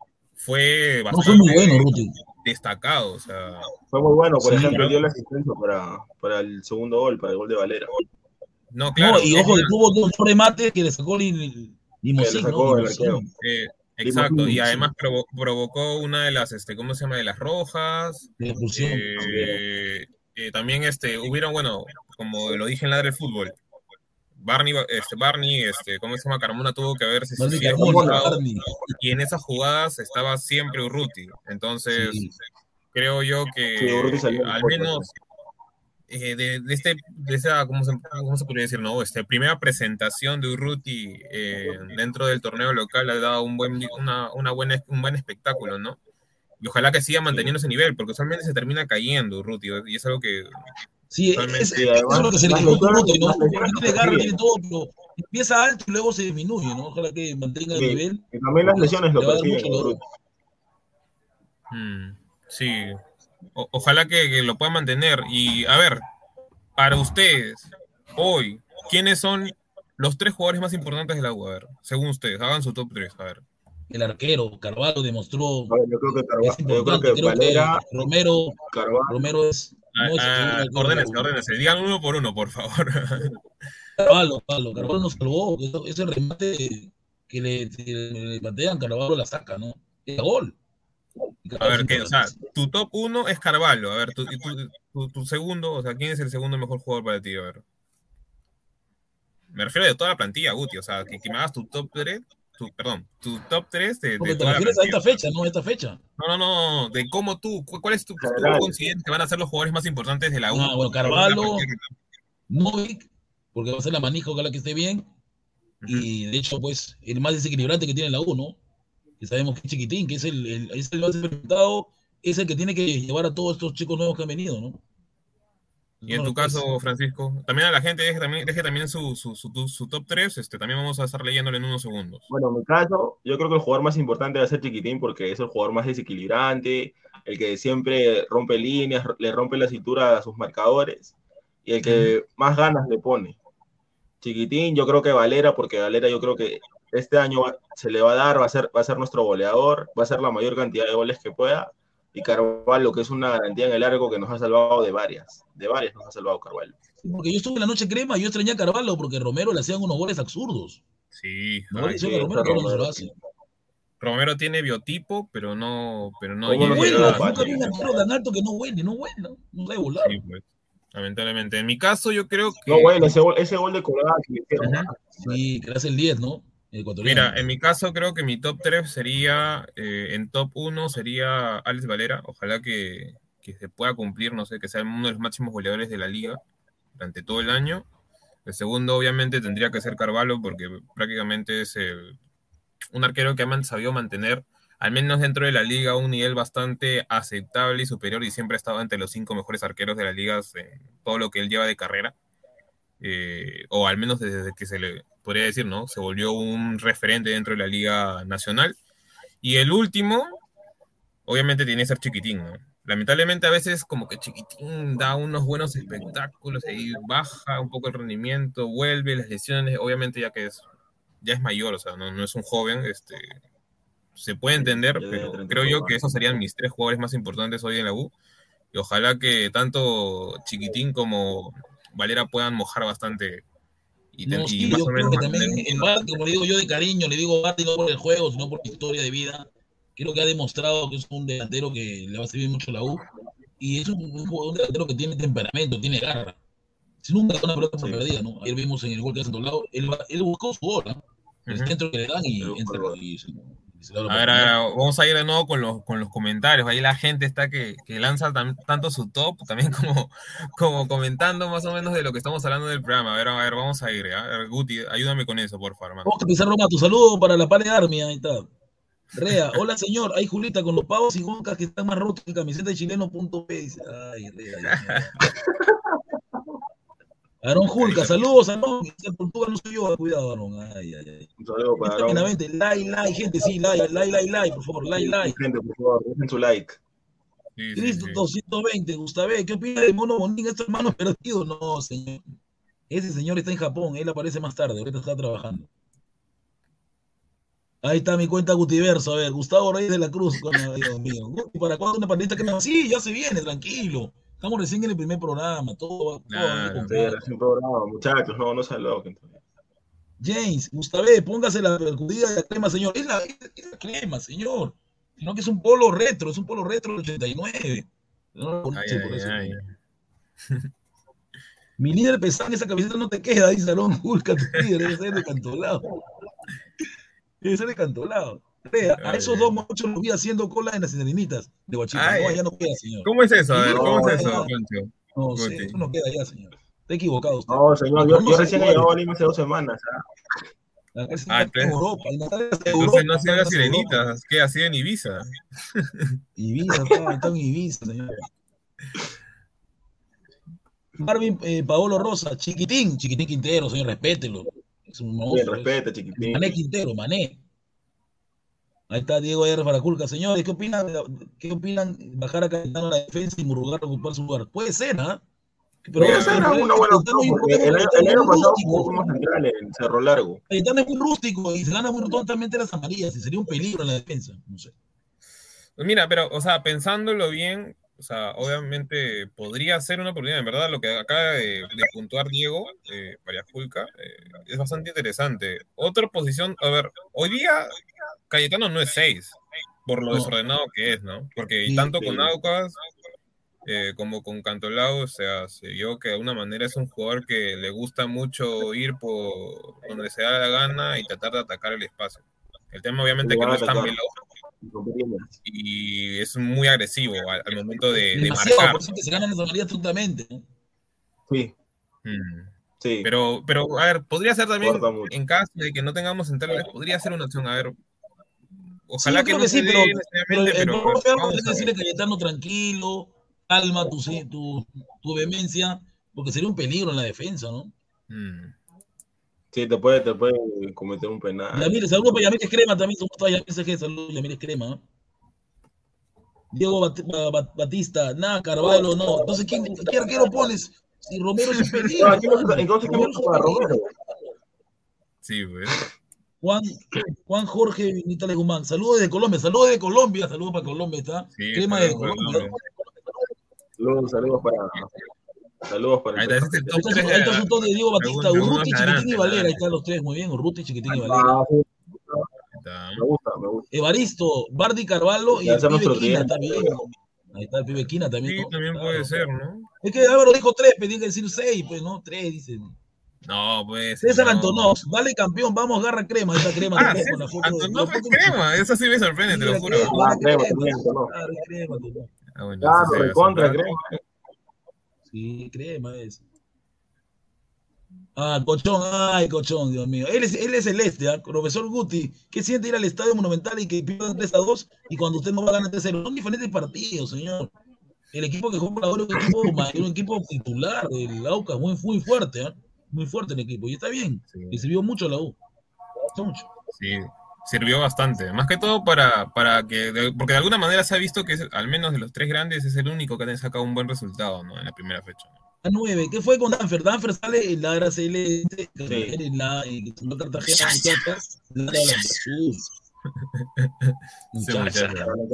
fue No fue muy bastante bueno, Ruti. destacado, o sea, Fue muy bueno, por Sí. ejemplo, él dio la asistencia para, para el segundo gol, para el gol de Valera. no, claro, No, y es ojo, que más, tuvo dos remates que le sacó Lim- Que Limosín, le ¿no? sacó el Limosín. arquero. Eh, exacto, y Sí. además provo- provocó una de las, este, ¿cómo se llama? De las rojas. De expulsión. Eh, eh, también este, hubieron, bueno, como lo dije en Ladre del Fútbol, Barney, este, Barney, este, ¿cómo se llama? Carmona tuvo que haberse Barney sí, Carmona, expulsado, Barney. y en esas jugadas estaba siempre Urruti. Entonces, Sí. creo yo que Sí, Urruti salió al mejor, menos eh, de, de este, de esa, ¿cómo se, cómo se podría decir? No, este, primera presentación de Urruti eh, dentro del torneo local ha dado un buen, una, una buena, un buen espectáculo, ¿no? Y ojalá que siga manteniendo ese nivel, porque usualmente se termina cayendo Urruti, y es algo que Sí, usualmente... es, Sí, eso además, es lo que se le las quejó a lesiones- Urruti, ¿no? las Porque lesiones tiene garra, siguen. tiene todo, pero empieza alto y luego se disminuye, ¿no? Ojalá que mantenga el Sí, nivel. y también las porque lesiones lo le va a dar persiguen. mucho Urruti. dolor. Mm, sí, o- ojalá que, que lo puedan mantener. Y a ver, para ustedes, hoy, ¿quiénes son los tres jugadores más importantes de la U? A ver, según ustedes, hagan su top tres, a ver. El arquero, Carvalho, demostró A ver, yo creo que, que Carva- es yo creo importante. que Creo Valera, que Romero, Carvalho, Romero es, Ah, no es el segundo ah, arquero de la ordénense, U. ordénense, digan uno por uno, por favor. Carvalho, Carvalho, Carvalho nos salvó. Eso- Ese remate que le, que le patean, Carvalho la saca, ¿no? Es gol. Y A Carvalho ver, es ¿qué? O sea, importantísimo. tu top uno es Carvalho. A ver, tu, y tu, tu- tu segundo, o sea, ¿quién es el segundo mejor jugador para ti? A ver. Me refiero de toda la plantilla, Guti. O sea, que, que me hagas tu top tres, tu, perdón, tu top tres de, Porque de te toda la refieres a plantilla. esta fecha, ¿no? A esta fecha. No, no, no, de cómo tú, cu- ¿cuál es tu, tú General. consideras que van a ser los jugadores más importantes de la U? Ah, bueno, Según la Carvalho, plantilla que- Novik, porque va a ser la manija, ojalá que esté bien. Ujú. Y de hecho, pues, el más desequilibrante que tiene la U, ¿no? Que sabemos que es Chiquitín, que es el, el, es el más experimentado, es el que tiene que llevar a todos estos chicos nuevos que han venido, ¿no? Y en tu Bueno, pues, caso, Francisco, también a la gente deje también, deje también su, su, su, tu- su top tres, este, también vamos a estar leyéndolo en unos segundos. bueno, en mi caso, yo creo que el jugador más importante va a ser Chiquitín porque es el jugador más desequilibrante, el que siempre rompe líneas, le rompe la cintura a sus marcadores y el que más ganas le pone. Chiquitín, yo creo que Valera, porque Valera yo creo que este año va- se le va a dar, va a ser, va a ser nuestro goleador, va a ser la mayor cantidad de goles que pueda. Y Carvalho, que es una garantía en el largo que nos ha salvado de varias, de varias nos ha salvado Carvalho. sí, porque yo estuve en la noche crema, yo extrañé a Carvalho porque Romero le hacían unos goles absurdos. Sí, No ay, le hicieron sí, a Romero, ese que ahora no se lo Romero, hace. Romero tiene biotipo, pero no, pero no ¿Cómo No no llega. vuela, llega, nunca vi un Pati? arquero tan alto que no huele, no vuela, no sabe volar. Sí, pues, lamentablemente. En mi caso, yo creo que. No, bueno, ese gol, ese gol de colgada que le hicieron. Ujú. ¿ah? Sí, que le hace el diez, ¿no? El ecuatoriano. Mira, en mi caso creo que mi top tres sería, eh, en top uno sería Alex Valera, ojalá que, que se pueda cumplir, no sé, que sea uno de los máximos goleadores de la liga durante todo el año. El segundo obviamente tendría que ser Carvalho porque prácticamente es el- un arquero que ha man- sabido mantener, al menos dentro de la liga, un nivel bastante aceptable y superior y siempre ha estado entre los cinco mejores arqueros de la liga en todo lo que él lleva de carrera. Eh, o al menos desde que se le podría decir, ¿no? Se volvió un referente dentro de la Liga Nacional. Y el último, obviamente, tiene que ser Chiquitín, ¿no? Lamentablemente a veces como que Chiquitín da unos buenos espectáculos, ahí baja un poco el rendimiento, vuelve, las lesiones, obviamente ya que es, ya es mayor, o sea, no, no es un joven, este, se puede entender, Ya pero treinta y creo yo cuatro que años. esos serían mis tres jugadores más importantes hoy en la U. Y ojalá que tanto Chiquitín como Valera puedan mojar bastante y, ten- No, y sí, más yo o creo menos que mantener también un el buen Bardi, como le digo yo de cariño, le digo Bardi no por el juego, sino por la historia de vida. Creo que ha demostrado que es un delantero que le va a servir mucho a la U. Y es un, un, jugador- un delantero que tiene temperamento, tiene garra. Si nunca da una pelota por Sí, perdida, ¿no? Ayer vimos en el gol que hace lado, él, va- él buscó su gol, ¿no? El Ujú. centro que le dan el y entra jugador. y se, y se da la A ver, oportunidad. a ver, vamos a ir de nuevo con los, con los comentarios. Ahí la gente está que, que lanza tan- tanto su top, también como, como comentando más o menos de lo que estamos hablando del programa. A ver, a ver, vamos a ir. ¿Ya? A ver, Guti, ayúdame con eso, por favor, hermano. Vamos a empezar, Roma, tu saludo para la Pale Army, ahí está. Rea, hola señor, hay Julita con los pavos y goncas que están más rotos que camiseta de chileno.p. Dice, ay, Rea, Dios mío. Aarón Julca, saludos, Aarón. El Portugal no soy yo, cuidado, Aarón. Ay, ay, ay. Un saludo para Esta Aaron. Benavente, like, like, gente, sí, like, like, like, like, por favor, like, like. Gente, por favor, dejen su like. Sí, sí, Cristo sí. doscientos veinte, Gustave, ¿qué opina de Mono Bonín, estos hermanos perdidos? No, señor. Ese señor está en Japón, él aparece más tarde, ahorita está trabajando. Ahí está mi cuenta Gutiverso, a ver, Gustavo Reyes de la Cruz, con la, Dios mío. Guti, ¿para cuándo una partidita que no? Sí, ya se viene, tranquilo. Estamos recién en el primer programa, todo, todo va a venir con Claro. Sí, calma. recién programa, muchachos, no, no se aloquen. James, Gustave, póngase la percudida de la crema, señor. Es la, es la crema, señor. Sino que es un polo retro, es un polo retro del ochenta y nueve. No lo Ay, conoce por ay, eso. ay. Mi líder pesán, esa camiseta no te queda, dice Aarón Julca, tu líder, debe ser de Cantolao. Debe ser de Cantolao. Vea, a Ay, esos ay. dos muchachos los vi haciendo cola en las enanitas de Guachita. Ay, No, allá no queda, señor. ¿Cómo es eso? A ver, Sí, ¿cómo no, es eso, no, Poncho? no sé, Guti. eso no queda allá, señor. Está equivocado usted. No, señor, Me yo, yo conoce, recién he igual. llegado a Lima hace dos semanas. ¿Ah? Acá sí Ah, está en entonces, Europa. En Europa, entonces no hacían están las en Europa. sirenitas, ¿qué hacían en Ibiza? Ibiza, está, está en Ibiza, señor. Marvin eh, Paolo Rosa, Chiquitín, Chiquitín Quintero, señor, respételo. Es un Bien, monstruo. es. respete, chiquitín. Mané Quintero, Mané. Ahí está Diego R. Faraculca. Señores, ¿qué opinan? ¿Qué opinan bajar a Cayetano a la defensa y Murugar a ocupar su lugar? Puede ser, ¿ah? Pero Puede Ya, el ser problema una es que buena Cayetano opción, hay un porque problema el con año, Cayetano, el es año muy pasado jugó rústico. como central en Cerro Largo. Cayetano es muy rústico y se gana muy totalmente las amarillas y sería un peligro en la defensa. No sé. Pues mira, pero, o sea, pensándolo bien, o sea, obviamente podría ser una oportunidad. En verdad, lo que acaba de, de puntuar Diego, eh, Pariajulca, eh, es bastante interesante. Otra posición, a ver, hoy día Cayetano no es seis, por lo No. desordenado que es, ¿no? Porque Sí, tanto con sí. Aucas eh, como con Cantolao, o sea, se vio que de alguna manera es un jugador que le gusta mucho ir por donde se da la gana y tratar de atacar el espacio. El tema obviamente Le que van no a es tan atacar. veloz Competencia. y es muy agresivo al, al momento de, de demasiado, marcar. por eso que se ganan las amarillas totalmente. ¿no? Sí, Mm. sí. Pero, pero, a ver, podría ser también, Corta mucho. en caso de que no tengamos centrales, podría ser una opción. A ver, Sí, ojalá yo que creo no que se sí, dé pero, pero necesariamente, el pero problema es vamos a decirle ver. a Cayetano tranquilo, calma tu, tu, tu vehemencia, porque sería un peligro en la defensa, ¿no? Mm. Sí, te puede, te puede cometer un penal. Yamírez, saludos para Yamírez Crema también, ¿cómo está Yamírez G? Saludos, Yamírez Crema. ¿no? Diego Bat Bat Batista, nada, Carvalho, no. Entonces, ¿quién, ¿qué arquero pones? Si Romero es un No, peligro, aquí no, hermano. entonces, ¿qué me Romero es un para peligro. Romero? Sí, pues. Juan, Juan Jorge Vinitales Guzmán, saludos desde Colombia, saludos de Colombia, saludos para Colombia, ¿está? Sí, Crema de saludos, Colombia. Colombia. Saludos, saludos para, saludos para Ahí el está, ese es el Ahí top está, su, tres ahí está de su toque de Diego Batista, algunos Urruti, Chiquitín y ladrantes, Valera, ahí ladrantes. están los tres, muy bien, Urruti, Chiquitín y Valera. Ah, sí, Ahí está. me gusta, me gusta. Evaristo, Bardi Carvalho y Ya el ser pibe nuestro Quina tridente. también. Ahí está el pibe Quina también, Sí, ¿no? también Claro. puede ser, ¿no? Es que Álvaro dijo tres, pero tiene que decir seis, pues no, tres, dicen. No, pues. César no. Antonox, dale campeón, vamos, garra crema, ahí está crema Ah, también sí, con la foto de Antonov la es foto- crema, eso sí me sorprende, Sí, te lo la juro. crema, Ah, la crema, crema, también, ¿no? claro, es crema, Antonox. Ah, bueno, Claro, eso se ve recontra, bastante. crema. Sí, crema es. Ah, Cochón, ay, Cochón, Dios mío. Él es, él es celeste, ¿ah? Profesor Guti, ¿qué siente ir al Estadio Monumental y que pierdan tres a dos y cuando usted no va a ganar tres a cero? Son diferentes partidos, señor. El equipo que juega ahora es un equipo, un equipo titular del Aucas, muy, muy fuerte, ¿ah? Muy fuerte el equipo. Y está bien, Sí. le sirvió mucho a la U. Mucho. Sí, sirvió bastante. Más que todo para, para que, de- porque de alguna manera se ha visto que es, al menos de los tres grandes es el único que ha sacado un buen resultado, ¿no? En la primera fecha. ¿no? A nueve, ¿qué fue con Danfer? Danfer sale en la Araceli, en la en la Cartagena, muchachas, la Blanca Azul. Muchacha.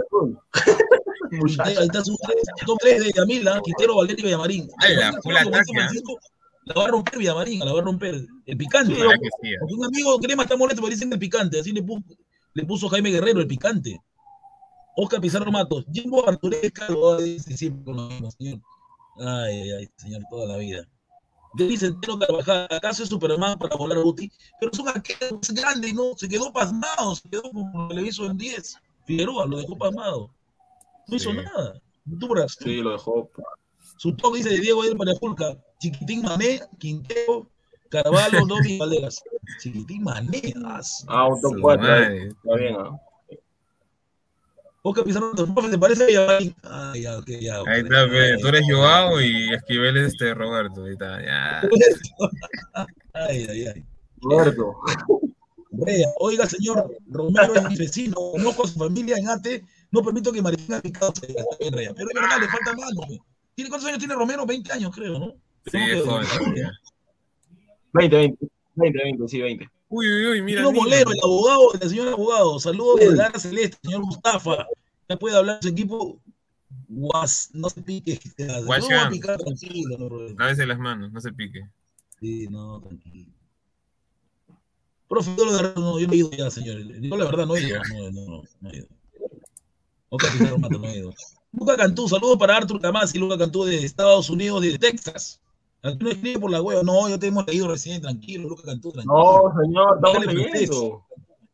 Muchacha. Ahí está su top tres de Yamila, Quintero, Valdés y Villamarín. Ay, la full ataque, Francisco, la va a romper Villamarín, la va a romper. El picante. Sí, la que sí, Porque un amigo Crema está molesto porque dicen el picante. Así le puso, le puso Jaime Guerrero, el picante. Oscar Pizarro Matos. Jimbo Arturesca, lo dice siempre con lo mismo, señor. Ay, ay, ay, señor, toda la vida. Dice Entero Carvajal, ¿acaso es Superman para volar a Guti? Pero es un arquero grande y no, se quedó pasmado, se quedó como le hizo en diez. Figueroa lo dejó pasmado. No hizo Sí. nada. Duras. Sí, lo dejó. Su top dice de Diego Edel Pulca, Chiquitín Mané, Quintero, Carvalho, Domi y Valderas. Chiquitín Mané. Ah, un top Su cuatro. madre. Está bien, ¿ah? Oscar Pizarro, profe, ¿te parece a Villamarín? Ah, ya, ok, ya. Ahí está, pe, tú eres Joao y Esquivel es este Roberto. Ahí está, ya. Ay, ay, ay. Roberto. Rea, oiga, señor, Romero es mi vecino, conozco a su familia en Ate, no permito que Marina Picado se está bien, Rea. Pero es verdad, le falta mano. Pe. ¿Tiene cuántos años tiene Romero? veinte años, creo, ¿no? Sí, es joven todavía. veinte, veinte. veinte, veinte, sí, veinte. Uy, uy, uy, mira. Señor niño. Bolero, el abogado, el señor abogado. Saludos de Lara Celeste, señor Mustafa. Ya puede hablar de su equipo. Guas, no se pique. No va a picar, tranquilo. No, Roberto. Lávese las manos, no se pique. Sí, no, tranquilo. Profe, yo lo de no, yo no he ido ya, señor. Yo la verdad no he ido. No, no, no, no he ido. Ok, Pizarro Mato, no he ido. Luca Cantú, saludos para Arthur Camás y Luca Cantú de Estados Unidos, de Texas. Aquí no escribe por la hueva. No, yo te hemos leído recién, tranquilo, Luca Cantú, tranquilo. No, señor, estamos Dale, leyendo.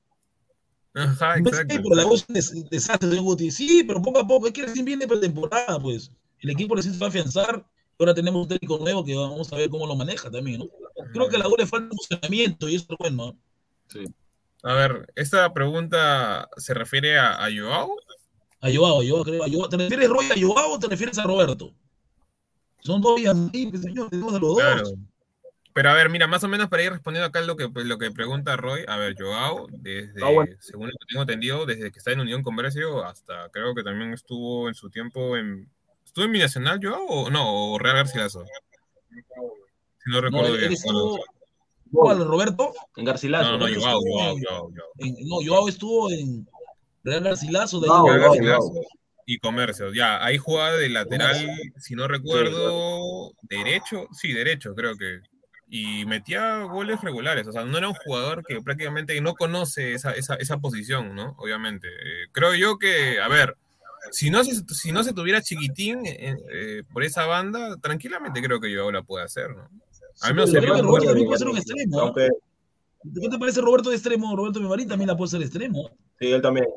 Ajá, No exacto. sé, pero la voz es desastre, señor Guti. Sí, pero poco a poco, es que recién viene pretemporada, pues. El equipo recién se va a afianzar. Ahora tenemos un técnico nuevo que vamos a ver cómo lo maneja también, ¿no? Creo que a la U le falta funcionamiento y eso es bueno, ¿no? Sí. A ver, esta pregunta se refiere a, a Joao. A Joao, Joao, creo. A Joao. ¿Te refieres, Roy, a Joao o te refieres a Roberto? Son dos días, señor, tenemos de los dos. Claro. Pero a ver, mira, más o menos para ir respondiendo acá lo que, lo que pregunta Roy, a ver, Joao, desde, Ah, bueno. según lo que tengo entendido, desde que está en Unión Comercio hasta creo que también estuvo en su tiempo en... ¿Estuvo en Binacional, Joao? O no, o Real Garcilaso. Si no No, recuerdo él bien. estuvo... ¿Cuál, Roberto? En Garcilaso. No, no, Roberto Joao, estuvo Joao, en- Joao, Joao. en- no, Joao estuvo en Real Garcilaso. De ahí No, Real Joao, Garcilaso Joao. y Comercio. Ya, ahí jugaba de lateral, si no recuerdo, derecho. Sí, derecho, creo que. Y metía goles regulares. O sea, no era un jugador que prácticamente no conoce esa, esa, esa posición, ¿no? Obviamente. Eh, creo yo que, a ver, si no se, si no se tuviera Chiquitín eh, eh, por esa banda, tranquilamente creo que Joao la puede hacer, ¿no? A mí me Pero sería creo que un Roberto buen- también puede ser un extremo. ¿ah? Aunque ¿Qué te parece Roberto de extremo? Roberto Mimarín también la puede ser extremo. sí, él también.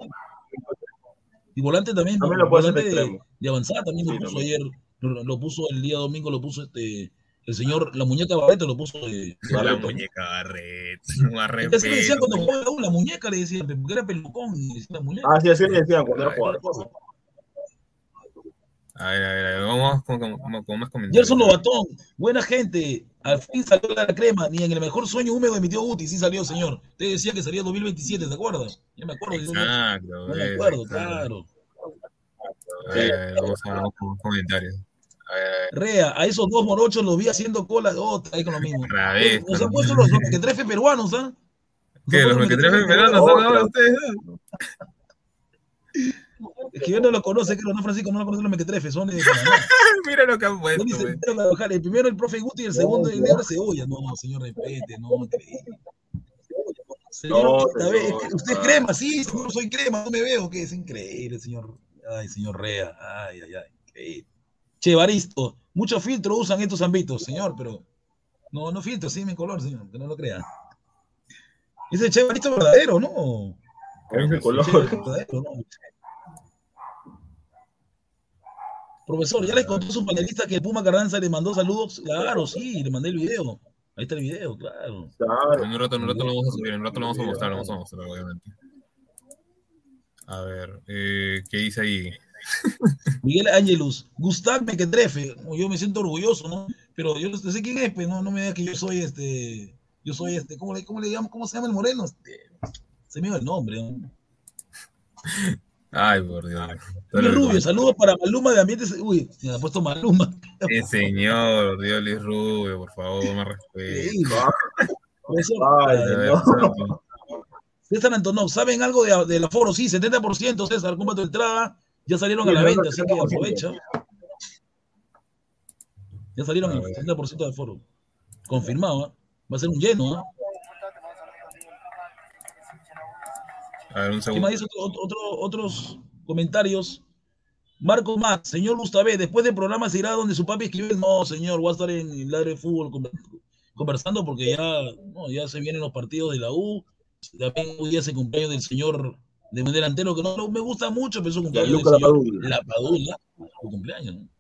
Y volante también. También ¿no? lo puede ser Volante de, extremo. de avanzada también lo Sí, puso también. ayer. Lo, lo puso el día domingo, lo puso este el señor, la muñeca Barreto lo puso de, de La Barreto. muñeca Barret, más Es que así le decían respeto. cuando jugaba la U, la muñeca le decían, porque era pelucón y decían la muñeca. Ah, sí, así le decían cuando era Ay, jugador. A ver, a ver, a ver, vamos con, con- con- con más comentarios. Gerson Lobatón, buena gente, al fin salió la crema, ni en el mejor sueño húmedo de mi tío Guti, sí salió, señor. Usted decía que salía dos mil veintisiete, ¿se acuerda? Ya me acuerdo. yo- Exacto, No me ves, acuerdo, exacto. claro. A ver, a ver, vamos a vamos con los comentarios. A ver, a ver. Rea, a esos dos morochos los vi haciendo cola, otra, ahí con lo mismo. Otra vez, Nos han ¿no? puesto los, los mequetrefes peruanos, ¿ah? Nos ¿Qué? han ¿Los puesto mequetrefes peruanos son ahora ustedes? Es que yo no lo conoce, creo, no, Francisco, no lo conoce los mequetrefes, son de Panamá. Mira lo que han Yo puesto, ni sé, güey. pero Carvajal, el primero el profe Guti y el segundo el negro Cebolla. No, no, señor, respete, no, increíble. Señor, No, esta vez, señor. es que usted es crema, sí, señor, soy crema, no me veo, que es increíble, señor. Ay, señor Rea, ay, ay, ay, increíble. Che, Baristo, mucho filtro usan estos ámbitos, señor, pero no, no filtro, sí, mi color, señor, que no lo crea. Ese Che Baristo verdadero, ¿no? Creo Es que el sí. color. Che, verdadero, ¿no? Profesor, ¿ya les contó su panelista que el Puma Carranza le mandó saludos? Claro, sí, le mandé el video. Ahí está el video, claro. Claro. En un rato, en un rato lo vamos a subir, en un rato lo vamos a mostrar, lo vamos a mostrar, obviamente. A ver, eh, ¿qué dice ahí? Miguel Ángelus, Gustav Mequetrefe. Yo me siento orgulloso, ¿no? Pero yo no sé quién es, pero no, no me digas que yo soy este. Yo soy este. ¿Cómo le, cómo le llamo? ¿Cómo se llama el moreno? Este, se me dio el nombre, ¿no? Ay, por Dios. Luis Rubio, saludos para Maluma de Ambientes. Uy, se me ha puesto Maluma. Sí, señor, Dios Luis Rubio, por favor, más respeto. Increíble. Profesor, Ay, A ver, no. santo. César Antonov, ¿saben algo de, del aforo? Sí, setenta por ciento, César, compra tu entrada, ya salieron Sí, a la claro, venta, así que setenta por ciento. aprovecha. Ya salieron el setenta por ciento de aforo. Confirmado, ¿eh? Va a ser un lleno, ¿eh? A ver, un ¿Qué segundo. más dice otro, otro, otros comentarios? Marco Más, señor Gustavé, después del programa se irá donde su papi escribe. No, señor, voy a estar en Ladre de Fútbol conversando porque ya, no, ya se vienen los partidos de la U. También hoy día es el cumpleaños del señor de un delantero que no, no me gusta mucho, pero es un cumpleaños del Gianluca señor Lapadula. Lapadula. Su cumpleaños, ¿no?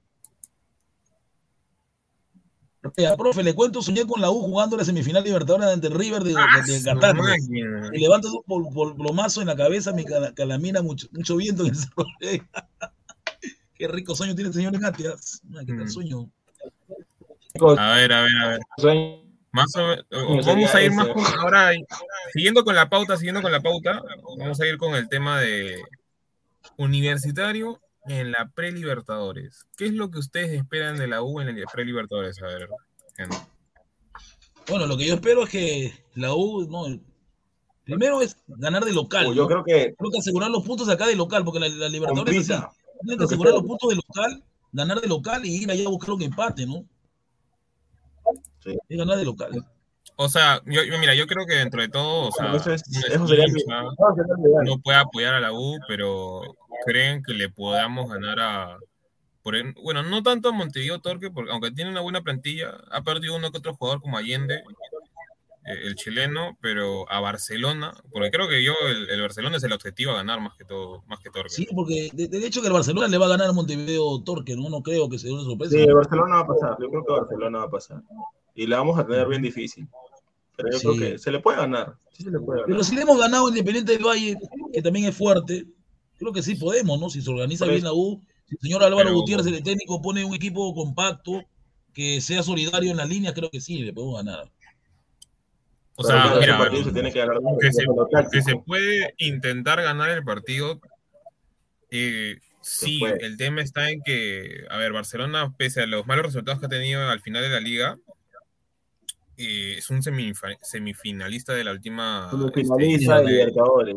Ya, profe, le cuento, soñé con la U jugando la semifinal Libertadores ante el River de, ¡Ah, de, de su Qatar. máquina! Y levanto un pol, pol, plomazo en la cabeza, me calamina mucho, mucho viento en el cerro. Qué rico sueño tiene el señor Enatias. ¿Qué tal sueño? A ver, a ver, a ver. Más o menos, vamos a ir más con, ahora, siguiendo con la pauta, siguiendo con la pauta, vamos a ir con el tema de Universitario en la pre-Libertadores. ¿Qué es lo que ustedes esperan de la U en el pre-Libertadores? A ver, gente. Bueno, lo que yo espero es que la U, no, primero es ganar de local. Oh, yo ¿no? creo que Creo que asegurar los puntos acá de local, porque la, la Libertadores compita. es así. Tienen que asegurar los puntos de local, ganar de local y ir allá a buscar un empate, ¿no? Sí. Es ganar de local. O sea, yo, yo mira, yo creo que dentro de todo, o sea, Bueno, eso, es, una eso sería hincha no puede apoyar a la U, pero creen que le podamos ganar a, por, bueno, no tanto a Montevideo Torque, porque aunque tiene una buena plantilla, ha perdido uno que otro jugador como Allende, eh, el chileno, pero a Barcelona, porque creo que yo el, el Barcelona es el objetivo a ganar más que todo, más que Torque. Sí, porque de, de hecho que el Barcelona le va a ganar a Montevideo Torque, ¿no? No creo que sea una sorpresa. Sí, ¿no? Barcelona va a pasar, yo creo que Barcelona va a pasar. Y la vamos a tener bien difícil. Pero yo sí. creo que se le puede ganar. Sí se le puede ganar. Pero si le hemos ganado a Independiente del Valle, que también es fuerte, creo que sí podemos, ¿no? Si se organiza bien la U, si el señor Álvaro pero... Gutiérrez, el técnico, pone un equipo compacto, que sea solidario en las líneas, creo que sí, le podemos ganar. O sea, pero mira, partido se tiene que, ganar que, se, que se puede intentar ganar el partido. Eh, sí, el tema está en que, a ver, Barcelona, pese a los malos resultados que ha tenido al final de la liga, Eh, es un semif- semifinalista de la última semifinalista este, de Libertadores.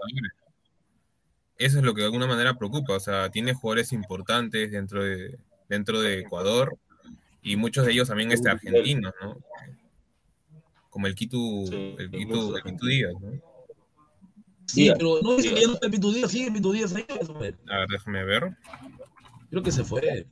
Eso es lo que de alguna manera preocupa, o sea, tiene jugadores importantes dentro de dentro de Ecuador y muchos de ellos también este, argentinos, ¿no? Como el Quito, sí, el Quito, el Quito Díaz, ¿no? Sí, Díaz, pero no dice que ya no está el Quito Díaz, sigue el Quito Díaz ahí. A ver, déjame ver. Creo que se fue.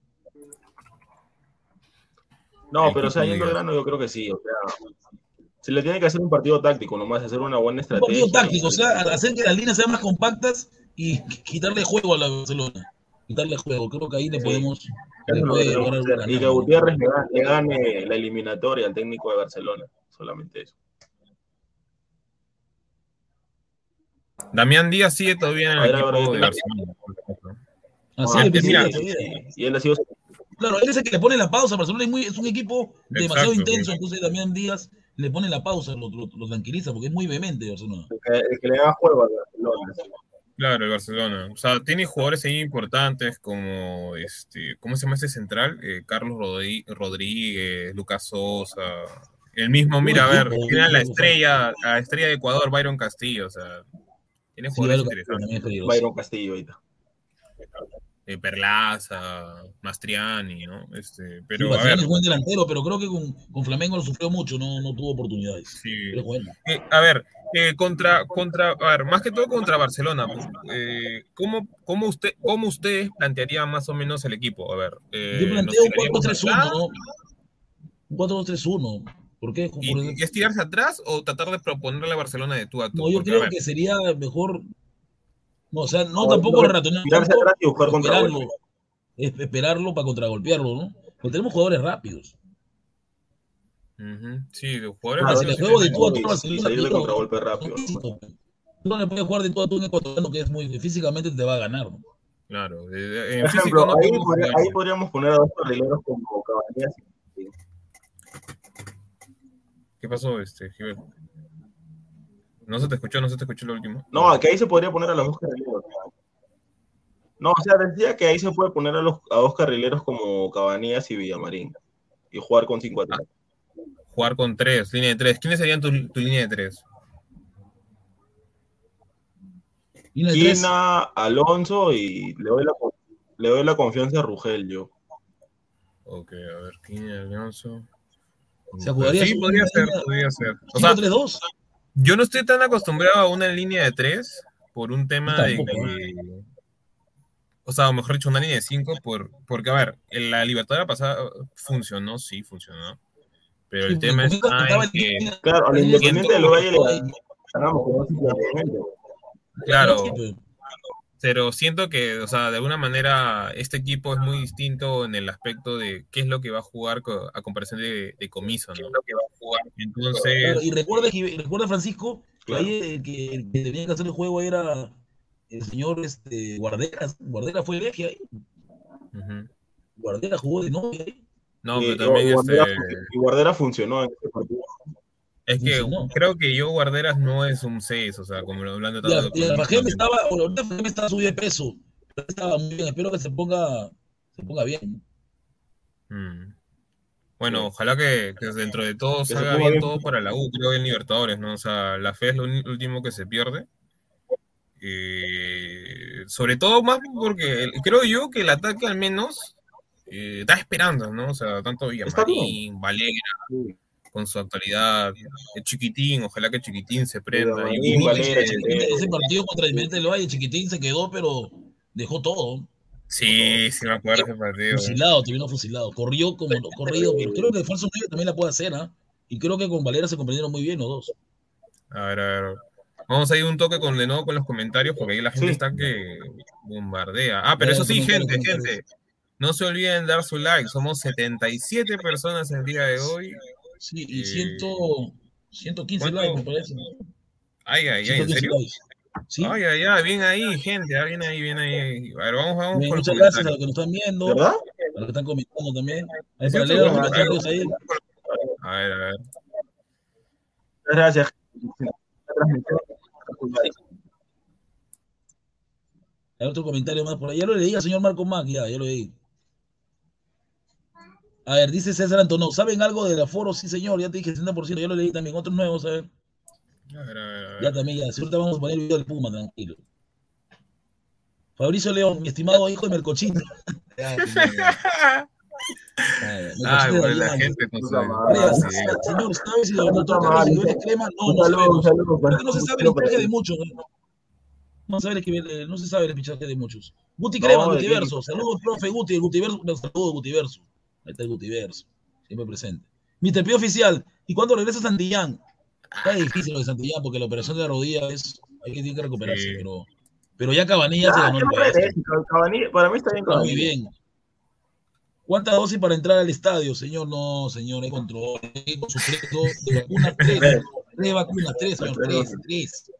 No, pero o sea, yendo al grano, yo creo que sí. O sea, se le tiene que hacer un partido táctico, nomás hacer una buena estrategia. Un partido táctico, o sea, hacer que las líneas sean más compactas y quitarle juego a la Barcelona. Quitarle juego, creo que ahí le podemos. Sí. Le puede ganar, y que Gutiérrez le gane, le gane la eliminatoria al técnico de Barcelona. Solamente eso. Damián Díaz sigue todavía en el equipo de Barcelona. Así ah, es, mira, sí, y él ha sido. Claro, él es el que le pone la pausa. Barcelona es, muy, es un equipo demasiado Exacto, intenso, entonces Damián Díaz le pone la pausa, lo, lo, lo tranquiliza, porque es muy vehemente Barcelona. El que, el que le da juego a Barcelona. Claro, el Barcelona. O sea, tiene jugadores ahí importantes como, este, ¿cómo se llama ese central? Eh, Carlos Rodríguez, Lucas Sosa. El mismo, mira, a ver, tiene a la estrella, a la estrella de Ecuador, Byron Castillo, o sea, tiene jugadores sí, interesantes. Byron Castillo ahorita. Eh, Perlaza, Mastriani, ¿no? Este, pero sí, a ver, es buen delantero, pero creo que con, con Flamengo lo sufrió mucho, no, no tuvo oportunidades. Sí. Bueno. Eh, a ver, eh, contra, contra, a ver, más que todo contra Barcelona, pues, eh, ¿cómo, cómo, usted, ¿cómo usted plantearía más o menos el equipo? A ver, eh, yo planteo un cuatro tres uno, ¿no? Un cuatro dos tres uno. ¿Por qué? ¿Y, ¿Y es tirarse atrás o tratar de proponerle a Barcelona de tú a tú? No, yo Porque, creo que sería mejor. No, o sea, no, no tampoco ratonear. Tirarse atrás y buscar esperarlo, es esperarlo para contragolpearlo, ¿no? Porque tenemos jugadores rápidos. Uh-huh. Sí, de jugadores rápidos. Si le juego de tú a tú a Barcelona, salir de contragolpe rápido. No le puedes jugar de tú a tú un ecuatoriano que es muy físicamente te va a ganar, ¿no? Claro. De, en Por ejemplo, no ahí, podría, ahí podríamos poner a dos carrileros como Cabanías. ¿Qué pasó, este, Gilberto? No se te escuchó, no se te escuchó lo último. No, que ahí se podría poner a los dos carrileros. No, o sea, decía que ahí se puede poner a, los, a dos carrileros como Cabanías y Villamarín. Y jugar con cinco atrás. Ah, jugar con tres, línea de tres. ¿Quiénes serían tu, tu línea de tres? Línea de tres. Quina, Alonso y le doy la, le doy la confianza a Rugel yo. Ok, a ver, Quina, Alonso. Se jugaría Sí, su- podría una ser, línea- podría ser. O cinco sea, tres dos. yo no estoy tan acostumbrado a una línea de tres por un tema Yo de tampoco, que. O sea, o mejor dicho, una línea de cinco, por, porque, a ver, en la Libertadores pasada funcionó, sí, funcionó. Pero Sí, el porque tema comienza- está estaba en el- que. Claro, al la línea de Independiente del cinco, Valle le ahí. ganamos con ese planteamiento. Claro, Sí, pero- pero siento que, o sea, de alguna manera este equipo es muy distinto en el aspecto de qué es lo que va a jugar co- a comparación de, de Comiso, ¿no? Entonces, Claro, y recuerda, que- y recuerda Francisco, que Claro. ahí el que, el que tenía que hacer el juego era el señor este, Guarderas. Guardera fue eje ahí. ujú. Guardera jugó de novia ahí. No, Y, pero también y Guardera, este, y Guardera funcionó en ese partido. es que funcionó. creo que yo Guarderas no es un seis, o sea, como lo hablando Y, a- todo y a Fajem estaba, ahorita Fajem estaba subido de peso. Pero estaba muy bien. Espero que se ponga, se ponga bien. Mm. Bueno, Sí. ojalá que, que dentro de todo se salga ponga bien bien. todo para la U, creo en Libertadores, ¿no? O sea, la fe es lo uni- último que se pierde. Eh, sobre todo más porque el- creo yo que el ataque al menos eh, está esperando, ¿no? O sea, tanto Está Villamarín, Valera, Sí. con su actualidad, el Chiquitín, ojalá que Chiquitín se prenda. Y, Villamarín, y- Valera, eh, Chiquitín, Chileno. ese partido contra el Independiente del Valle, Chiquitín se quedó, pero dejó todo. sí, sí me acuerdo de ese partido. Fusilado, terminó fusilado. Corrió como no corrido, pero creo que de falso medio también la puede hacer, ¿ah? Y creo que con Valera se comprendieron muy bien los dos. A ver, a ver. Vamos a ir un toque con de nuevo con los comentarios, porque ahí la gente Sí. está que bombardea. Ah, pero Dale, eso sí, comentarios, gente, comentarios. gente. No se olviden de dar su like. Somos setenta y siete personas el día de hoy. Sí, y Eh, ciento, ciento quince ¿cuánto? likes, me parece. Ay, ay, ay, ¿en ciento quince serio? likes. Sí. Ay, ay, ay, bien ahí, gente. ah, Bien ahí, bien ahí. A ver, vamos, vamos Bien, con los muchas gracias a comentarios. los que nos están viendo, ¿Verdad? a los que están comentando también. Ahí Sí, para sí, leer vamos algunos a ver. comentarios ahí. A ver, a ver. Muchas gracias. Hay otro comentario más por ahí. Ya lo leí al señor Marco Mac, ya, ya lo leí. A ver, dice César Antonov, ¿saben algo del aforo? Sí, señor, ya te dije sesenta por ciento, ya lo leí también. Otros nuevos, a ver. A ver, a ver, a ver. Ya también, ya. Si ahorita vamos a poner el video del Puma, tranquilo. Fabricio León, mi estimado hijo de Melcochito. Ya, señor, ya. Ay, Melcochito de bueno, la Alianza. gente con su. Puta madre. Oiga, sí. señor, ¿sabe si el doctor Puta Carlos madre. Esquivel es crema? No, Un no saludo, sabemos. un saludo para- Porque no se sabe el fichaje de muchos. ¿no? No, sabe el Esquivel, no se sabe el fichaje de muchos. Guti No, Crema, ¿de Gutiverso. qué? Saludos, profe Guti, el Gutiverso. No, saludos, Gutiverso. Ahí está el Gutiverso. Siempre presente. mister P oficial. ¿Y cuándo regresa Santillán? Está difícil lo de Santillán porque la operación de la rodilla es. Hay que, tiene que recuperarse, Sí. pero. Pero ya Cabanilla Ah, se ganó el qué puesto. madre, Cavani- Para mí está bien Está muy Cavani. bien. ¿Cuántas dosis para entrar al estadio, señor? No, señor, hay control. Hay con sus tres dos de vacunas, tres. Tres vacunas, tres, señor, tres, tres.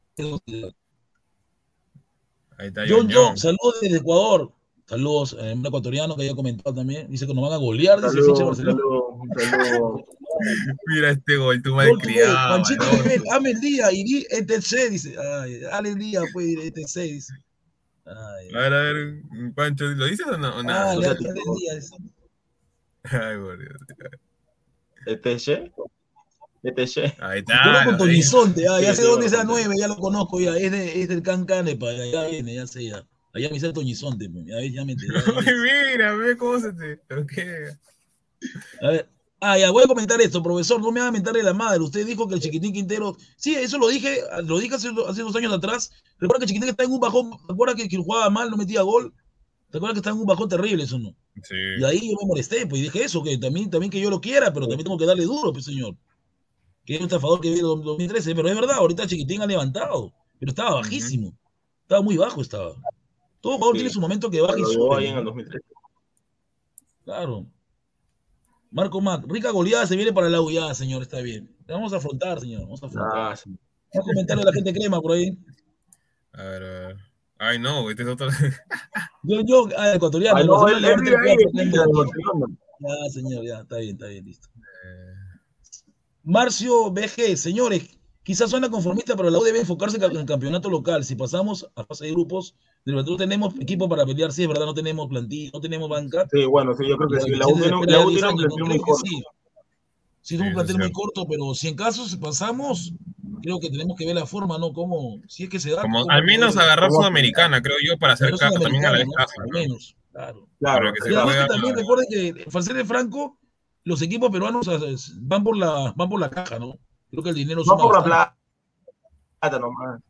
Ahí está John John John, John. saludos desde Ecuador. Saludos, eh, un ecuatoriano que había comentado también. Dice que nos van a golear, dice el hincha de Saludos, Barcelona. saludos, saludos. Mira este gol, tú Gol que fue, malcriado. Panchito ¿no? Jiménez, ame el día y di E T C, dice. Ay, dale el día, pues, E T C, dice. Ay, A ver, a ver, Pancho, ¿lo dices o no? O nada? ah, o le sea, dale el día, dice. Ay, por Dios. E T C. E T C. Ahí Y juega está. con lo dices. Toñizonte, ah, ya Sí, sé sí, dónde es lo esa conté. nueve, ya lo conozco, ya, es, de, es del Can Canepa, ya, ya viene, ya sé, ya. Allá me dice Toñizonte, pues, ya ves, ya me enteré. ya Ay, ves. mira, ve cómo se te. ¿Qué? A ver, ah, ya voy a comentar esto, profesor, no me va a mentarle la madre. Usted dijo que el Chiquitín Quintero, sí, eso lo dije, lo dije hace, hace dos años atrás. Recuerda que el Chiquitín está en un bajón, ¿te acuerdas que, que jugaba mal, no metía gol? ¿Te acuerdas que estaba en un bajón terrible eso, no? Sí. Y ahí yo me molesté, pues y dije eso, que también, también que yo lo quiera, pero también tengo que darle duro, pues señor. Que es un estafador que viene en dos mil trece, pero es verdad, ahorita el Chiquitín ha levantado, pero estaba bajísimo, estaba muy bajo, estaba. Todo jugador Sí. tiene su momento que baja y Lo llevó sube, ahí en ¿no? el dos mil trece. Claro. Marco Mac, rica goleada se viene para la U ya, señor, está bien. La vamos a afrontar, señor, vamos a afrontar. Ah, sí. Un comentario de la gente crema por ahí. A ver, a ver. Ay, no, este es otro. Yo, yo, ah, ecuatoriano, Ah, el no, Barcelona él, le va a él meter vive ahí, cuatro, en crema. Barcelona. Ya, señor, ya, está bien, está bien, listo. Eh, Marcio B G, señores, quizás suena conformista, pero la U debe enfocarse en el campeonato local. Si pasamos a fase de grupos, de verdad no tenemos equipo para pelear, sí, es verdad, no tenemos plantilla, no tenemos banca. Sí, bueno, sí, yo creo que La sí. La selección U se tiene, espera la ya U diez tiene un años, ¿no? plantel Creo muy que corto. sí. Sí, es Sí, un eso plantel es muy cierto. corto, pero si en caso si pasamos, creo que tenemos que ver la forma, ¿no? Cómo, si es que se da. Como, cómo al menos poder- agarrar cómo- Sudamericana, creo yo, para hacer Pero caja también a la vez Sudamericana, ¿no? caja, Al ¿no? menos, claro. Claro, Para que se Y además pueda- que también recuerden que, para ser franco, los equipos peruanos o sea, van por la, van por la caja, ¿no? Creo que el dinero no suma por la bastante. plata nomás.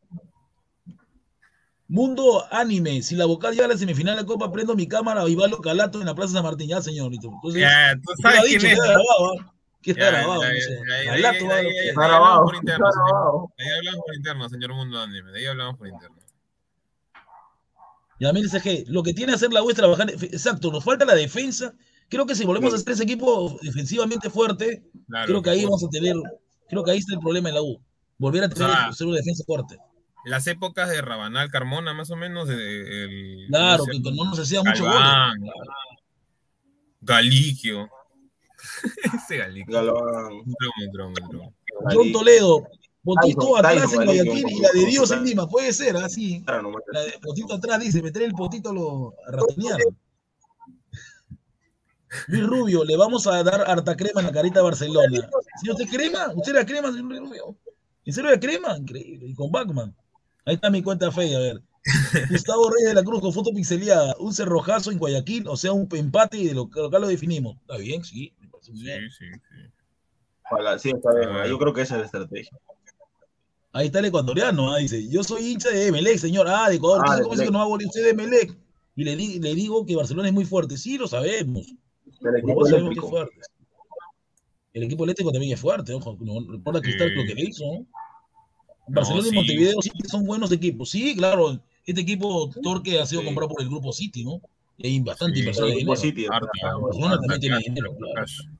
Mundo Anime, si la vocal llega a la semifinal de la Copa, prendo mi cámara y Ivalo Calato en la Plaza San Martín, ya señorito. Entonces, Ya, tú ¿quién lo ha sabes dicho? quién es, Queda ¿no? grabado, ¿ah? Queda Ya, grabado, ya, no ya, sé. ya, ya, Calato ya, va a ya, lo ya, que- ya, Está ahí hablamos grabado, por interno, está señor. grabado. Ahí hablamos por interno, señor Mundo Anime. De ahí hablamos por interno. Ya, mire, C G, lo que tiene que hacer la U es trabajar. Exacto, nos falta la defensa. Creo que si volvemos Sí. a hacer ese equipo defensivamente fuerte, Claro, creo que que ahí por- vamos a tener. Creo que ahí está el problema en la U. Volver a tener sea, ser una defensa fuerte. Las épocas de Rabanal Carmona, más o menos, de- el, Claro, ¿cómo se que, que llama? no nos hacía muchos goles. Galván, Galigio. Ese Galigio. Galván. Un dromo, un dromo, un dromo. John Toledo, Potito Tyson, atrás Tyson, en Galigio, Guayaquil con- y la de con Dios su en Lima. Puede ser, así. cara nomás. La de Potito atrás dice, meter el potito a lo a ratonear. Luis Rubio, le vamos a dar harta crema en la carita a Barcelona. Señor, ¿usted crema? ¿Usted era crema, señor Luis Rubio? ¿En serio era crema? Increíble. Y con Bachman. Ahí está mi cuenta fe, a ver. Gustavo Reyes de la Cruz con foto pixeleada. Un cerrojazo en Guayaquil, o sea, un empate y de lo, acá lo definimos. Está bien, sí. Me parece muy bien. Sí, sí, sí. Ojalá, sí, está bien. A ver. Yo creo que esa es la estrategia. Ahí está el ecuatoriano, ah, dice, yo soy hincha de Emelec, señor. Ah, de Ecuador. Ah, Entonces, de ¿cómo es que Emelec. no va a volver usted de Emelec? Y le, di- le digo que Barcelona es muy fuerte. Sí, lo sabemos. Del Por equipo vos sabemos que es eléctrico. fuerte. El equipo eléctrico también es fuerte, ojo. No, recuerda Sí. Cristal lo que le hizo, ¿no? No, Barcelona y sí. Montevideo sí son buenos equipos. Sí, claro. Este equipo Torque ha sido Sí. comprado por el grupo City, ¿no? Y hay bastante Sí. inversión El de equipo dinero. City. Harta, Barcelona harta también tiene cash, dinero, harta claro. cash.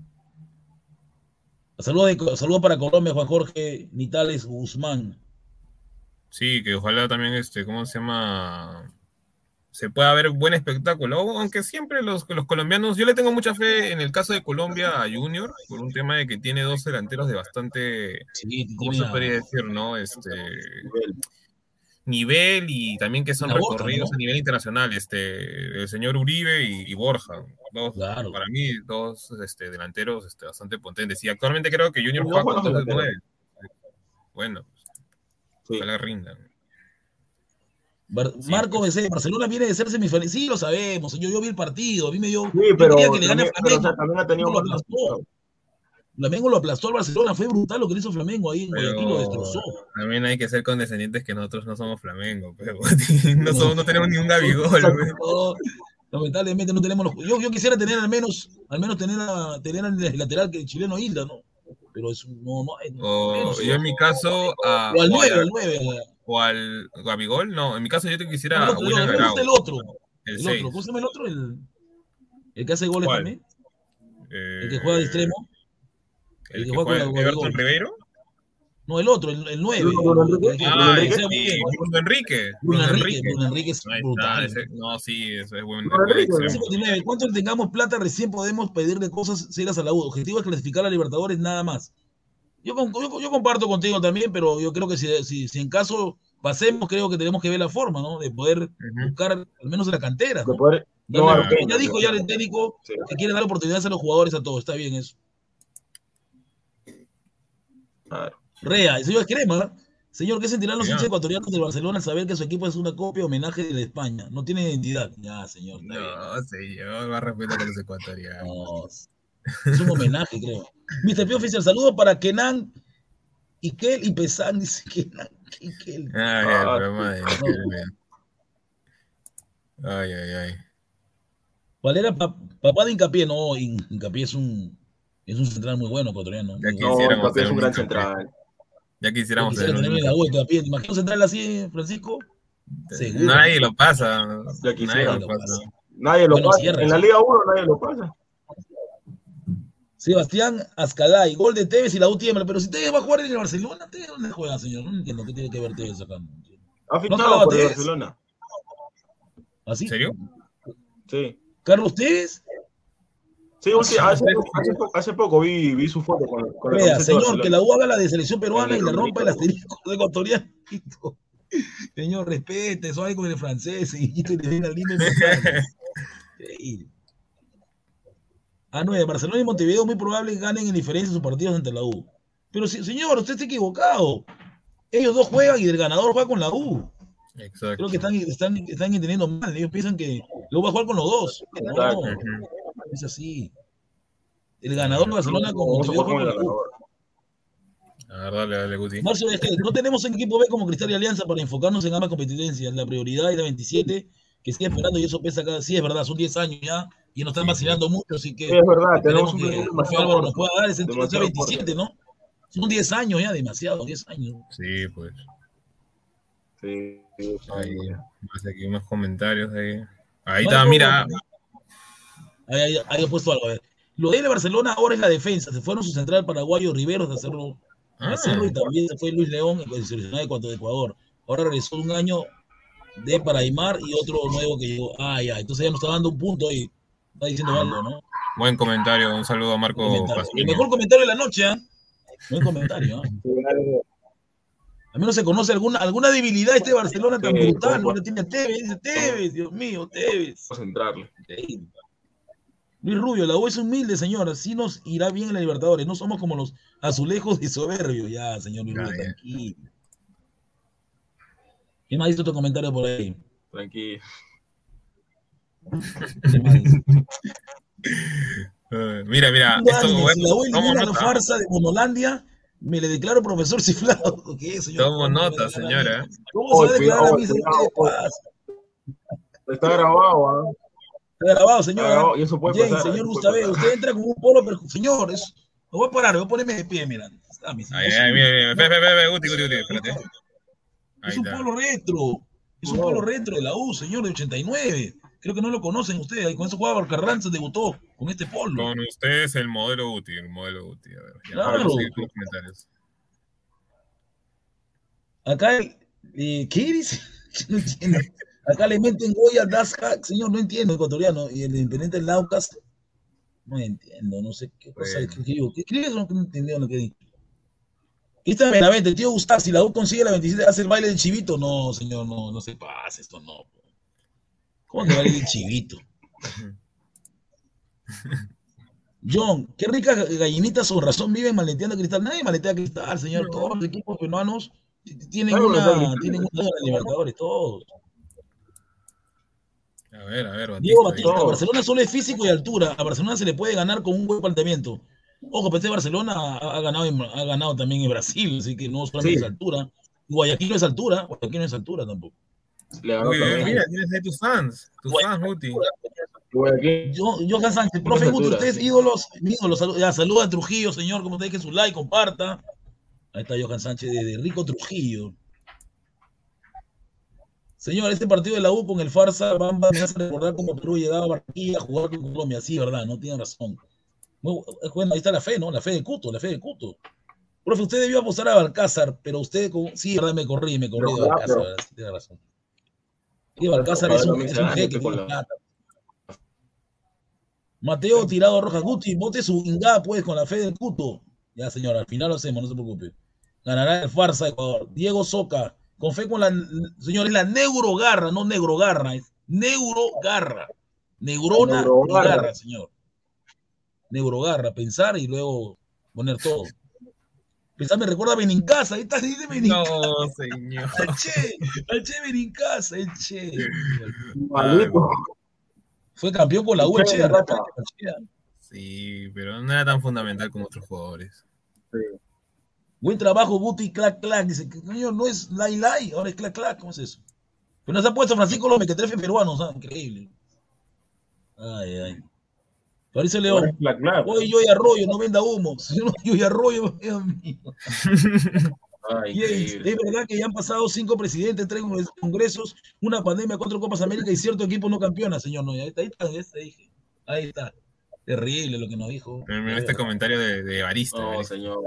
Saludos, de- saludos para Colombia, Juan Jorge Nitales Guzmán. Sí, que ojalá también, este, ¿cómo se llama? Se pueda ver buen espectáculo, aunque siempre los, los colombianos, yo le tengo mucha fe en el caso de Colombia a Junior, por un tema de que tiene dos delanteros de bastante, Sí, ¿cómo tiene se a- podría decir, no? Este, Nivel. nivel y también que son Una Borja, recorridos ¿no? a nivel internacional, este, el señor Uribe y, y Borja, dos, Claro. para mí, dos este, delanteros este, bastante potentes, y actualmente creo que Junior No, juega buenos con dos de delanteros. nueve. Bueno, Sí. ojalá rindan. Bar- Sí, Marco pues. Becé, Barcelona viene de ser semifinalista. Sí, lo sabemos. Yo, yo vi el partido. A mí me dio. Sí, yo pero quería que le gane a también, pero, o Flamengo. sea, también ha tenido Flamengo lo buenos aplastó. resultados. Flamengo lo aplastó al Barcelona. Fue brutal lo que le hizo Flamengo ahí en Guayaquil. Lo Pero destrozó. también hay que ser condescendientes que nosotros no somos Flamengo, pero no, somos, no tenemos ni un Gabigol, güey. No, lamentablemente no tenemos los. Yo, yo quisiera tener al menos, al menos tener a, tener al lateral que el chileno Hilda, ¿no? Pero es no, no, hay- O menos, yo en mi caso, a, o al o, nueve, a- al nueve. o al Gabigol, no, en mi caso yo te No, quisiera el a otro, no, William a mí me Arao, gusta el otro. el El seis. otro. ¿Cómo se llama el otro? El, el que hace goles ¿Cuál? también. Eh, El que juega de extremo. El el que que juega juega con la Everton Gabigol. Ribeiro. No, el otro, el, el nueve. Bruno Enrique. El que- Bruno Ah, el que Enrique. sea muy sí, bien. Bruno Enrique. Bruno Bruno Enrique, Enrique. Bruno Enrique es Ahí está, brutal. ese- no, sí, eso es buen, Bruno buen Enrique, extremo. cincuenta y nueve. ¿Cuánto tengamos plata recién podemos pedirle cosas serias a la U? Objetivo es clasificar a Libertadores nada más. Yo, con- yo, yo comparto contigo también, pero yo creo que si, si, si en caso pasemos, creo que tenemos que ver la forma, ¿no? De poder Ujú. buscar al menos en la cantera, De ¿no? poder Darle- no, Claro. ya dijo ya el técnico Sí. que quiere dar oportunidades a los jugadores a todos. Está bien eso. Claro. Rea, el señor Crema. Señor, ¿qué sentirán los Ya. hinchas ecuatorianos del Barcelona al saber que su equipo es una copia homenaje de la España? No tiene identidad. Ya, señor. Está bien. No, señor, va a respetar a los ecuatorianos. No, es un homenaje, creo. mister P Oficial, saludo para Kenan, Ikel y Pesán, dice Kenan, Ikel. Ay, Ah, el programa de Nickel, Ay, ay, ay. ¿Cuál era pa- papá de Hincapié? No, In- Hincapié es un, es un central muy bueno ecuatoriano. Ya muy que- bueno. No, Quisiéramos Mbappé es tener un un gran Hincapié. central. Ya Yo quisiéramos quisiera tener tenerlo en un la U, Hincapié. ¿Te imaginas un central así, Francisco? Seguro. Nadie lo pasa. Ya Nadie quisiera. lo pasa. Nadie lo Bueno, pasa. cierra, En la sí. Liga uno nadie lo pasa. Sebastián Azcalay, gol de Tevez y la U tiembla. Pero si Tevez va a jugar en el Barcelona, ¿Tevez dónde juega, señor? No entiendo qué tiene que ver Tevez acá. Ha jugaba fichado por el Tevez? Barcelona. ¿Así? ¿En serio? Sí. ¿Carlos Tevez? Sí, ulti- hace, hace poco, hace poco vi, vi su foto con, con la Vea, camiseta de señor, Barcelona. que la U haga la de selección peruana El y le rompa el Romerito. asterisco de ecuatoriano. Señor, respete, eso hay con el francés y y le den al lindo Increíble. Ah, nueve, Barcelona y Montevideo muy probable ganen en diferencia sus partidos ante la U. Pero si, señor, usted está equivocado. Ellos dos juegan y el ganador juega con la U. Exacto. Creo que están, están, están entendiendo mal. Ellos piensan que luego va a jugar con los dos. No, es así. El ganador de Barcelona con Montevideo juega con la U. A ver, dale, dale, Guti. Marcio, es que no tenemos un equipo B como Cristal y Alianza para enfocarnos en ambas competencias. La prioridad es la veintisiete, que sigue esperando, y eso pesa cada... Sí, es verdad, son diez años ya, y nos están vacilando mucho, así que... Sí, es verdad, tenemos un que Rafael Álvaro nos pueda dar ese veintisiete, ¿no? Son diez años ya, demasiado, diez años. Sí, pues. Sí, sí, ahí, más aquí unos comentarios ahí. Ahí está, mira. Ahí, ahí, ahí he puesto algo, a ver. Lo de Barcelona ahora es la defensa. Se fueron su central paraguayo Riveros de hacerlo, ah. hacerlo y también se fue Luis León, el seleccionado de Ecuador. Ahora regresó un año de para Aymar y otro nuevo que llegó. Ah, ya, entonces ya nos está dando un punto ahí. Está diciendo algo, ¿no? Buen comentario, un saludo a Marco. El mejor comentario de la noche, ¿eh? Buen comentario, ¿eh? A mí no se conoce alguna, alguna debilidad de este Barcelona tan sí, brutal. No le tiene a Tevez, dice Tevez, Dios mío, Tevez. Vamos a entrarle. Luis Rubio, la U es humilde, señor. Así nos irá bien en la Libertadores. No somos como los azulejos de soberbio. Ya, señor Luis Rubio, tranquilo. ¿Quién más hizo otro comentario por ahí? Tranquilo. uh, mira, mira. Esto, Dani, bueno, si la U elimina la farsa de Monolandia, me le declaro profesor cifrado. ¿Qué, señor? Tomo nota, señora. ¿Cómo se va a declarar a mí? Está grabado, ¿eh? Está grabado, señor. Grabado, y eso puede James, pasar, señor Gustave, usted entra con un polo, pero señor, es... me voy a parar, me voy a ponerme de pie, mira. Ah, mi ay, ay, mira, mira, ve, ve, ve, Guti, Guti, Guti, espérate. Ahí es un está. Polo retro, es un no. polo retro de la U, señor, de ochenta y nueve. Creo que no lo conocen ustedes, con eso jugaba Carranza, debutó con este polo. Con ustedes el modelo Guti, el modelo Guti. A ver, ya, claro. Los comentarios. Acá, eh, ¿qué dice? No entiendo. Acá le meten Goya Das Hack, señor, no entiendo, ecuatoriano. Y el Independiente del Laucas, no entiendo, no sé qué cosa es que digo. ¿Qué crees eso? No entiendo lo que digo. Esta Benavente, tío Gustavo, si la U consigue la veintisiete, hace el baile del chivito. No, señor, no, no se pase, esto no. ¿Cómo que baile del chivito? John, qué ricas gallinitas con razón viven maleteando Cristal. Nadie maletea Cristal, señor. Todos los equipos peruanos tienen una, tienen una de Libertadores, todos. A ver, a ver, Batista. Diego Batista, Barcelona solo es físico y altura. A Barcelona se le puede ganar con un buen planteamiento. Ojo, pero este Barcelona ha, ha, ganado, ha ganado también en Brasil, así que no solamente sí. es altura. Guayaquil no es altura, Guayaquil no es altura tampoco. Muy bien, mira, tienes ahí tus fans, tus fans, Guti. Yo, Johan Sánchez, profe Guti, ustedes ídolos, ídolos, ya, saluda a Trujillo, señor, como te deje su like, comparta. Ahí está Johan Sánchez de, de Rico Trujillo. Señor, este partido de la U con el Farsa Bamba me hace recordar cómo Perú llegaba a Barranquilla a jugar con Colombia. Sí, verdad, no tiene razón. Bueno, ahí está la fe, ¿no? La fe de Cuto, la fe de Cuto. Profe, usted debió apostar a Balcázar, pero usted, con... sí, verdad, me corrí, me corrí de Balcázar, pero... sí, tiene razón. Sí, Balcázar es un, es un jeque, tiene la... plata. Mateo Tirado Rojas, Guti, vote su ingá, pues, con la fe del Cuto. Ya, señor, al final lo hacemos, no se preocupe. Ganará el Farsa Ecuador. Diego Soca, con fe con la, señor, es la Neurogarra, no Negrogarra, es Neurogarra. Neurona y garra, señor. Neurogarra, pensar y luego poner todo. Pensar me recuerda a Benincasa, ahí está, dice Benincasa. No, señor. Al Che, al Che Benincasa, el Che. Malito. Fue campeón con la U, el Che. Sí, pero no era tan fundamental como otros jugadores. Sí. Buen trabajo, Guti, clac, clac. Dice, señor, no es lai, lai, ahora es clac, clac. ¿Cómo es eso? Pero nos ha puesto Francisco los mequetrefes peruanos, ¿sabes? Increíble. Ay, ay. Parece León. Oye, yo y Arroyo, no venda humo. Yo y Arroyo, Dios mío. Ay, es verdad que ya han pasado cinco presidentes, tres congresos, una pandemia, cuatro Copas América y cierto equipo no campeona, señor. No, ahí está, ahí está, ahí está, ahí está. Terrible lo que nos dijo. Mira este comentario de, de Evarista. No, Evarista. señor.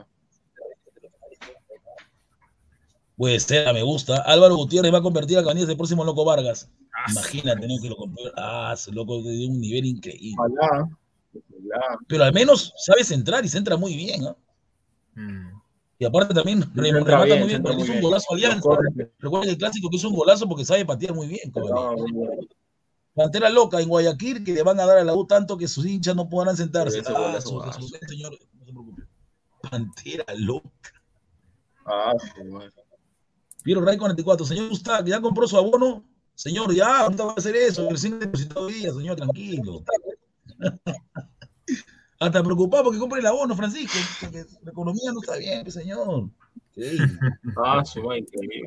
Pues sea, me gusta. Álvaro Gutiérrez va a convertir a Cabanillas el próximo Loco Vargas. Ah, Imagínate, ¿no? Que lo compró. Ah, ese loco de un nivel increíble. Ojalá. Ojalá. Pero al menos sabe centrar y centra muy bien, ¿no? Mm. Y aparte también rem, remata bien, muy bien, porque hizo un golazo Alianza. Recuerden el clásico que hizo un golazo porque sabe patear muy bien. No, Pantera loca en Guayaquil que le van a dar a la U tanto que sus hinchas no podrán sentarse. Ah, su, su, señor, no se preocupe. Pantera loca. Ah, sí, bueno. Piero Ray cuarenta y cuatro. Señor Gustavo, ¿ya compró su abono? Señor, ya, no va a hacer eso. Recién depositado hoy día, señor, tranquilo. Hasta preocupado porque compre el abono, Francisco. Porque la economía no está bien, señor. Sí. Ah, sí, bueno, increíble.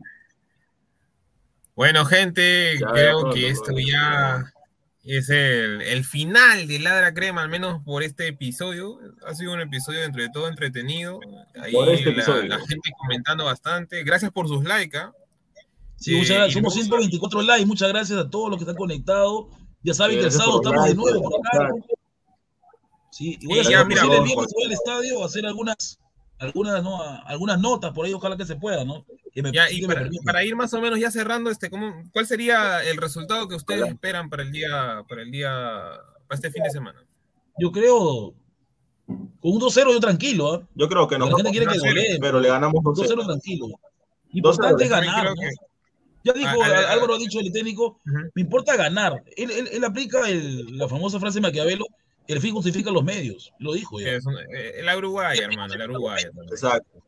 Bueno, gente, Ya, creo pronto, que esto pronto. ya es el, el final de Ladra Crema, al menos por este episodio. Ha sido un episodio dentro de todo entretenido. Ahí Por este la, episodio. la gente comentando bastante. Gracias por sus likes. ¿eh? Sí, muchas gracias. Eh, Somos y- ciento veinticuatro likes. Muchas gracias a todos los que están conectados. Ya saben Sí, que el gracias sábado por los estamos de likes, nuevo por por acá. los Sí, y voy a Y hacer ya, lo mira, posible el vos, viernes, por- voy al estadio a hacer algunas, algunas, ¿no? A- algunas notas por ahí, ojalá que se pueda, ¿no? Que me, ya, sí y que me para, permitan. para ir más o menos ya cerrando, este, ¿cómo, ¿cuál sería el resultado que ustedes esperan para el día, para el día, para este fin de semana? Yo creo, con un dos cero yo tranquilo, ¿ah? Yo creo que nos La gente vamos, quiere que uno a cero, goleen, pero le ganamos dos dos cero cero. tranquilo. dos cero. Importante es Yo también ganar, creo ¿no? que Ya dijo, a- a- a- Álvaro ha dicho el técnico, Ujú. me importa ganar. Él, él, él aplica el- la famosa frase de Maquiavelo, el fin justifica los medios. Lo dijo ya. Es un- eh, la Uruguaya, hermano, la Uruguaya también. Exacto.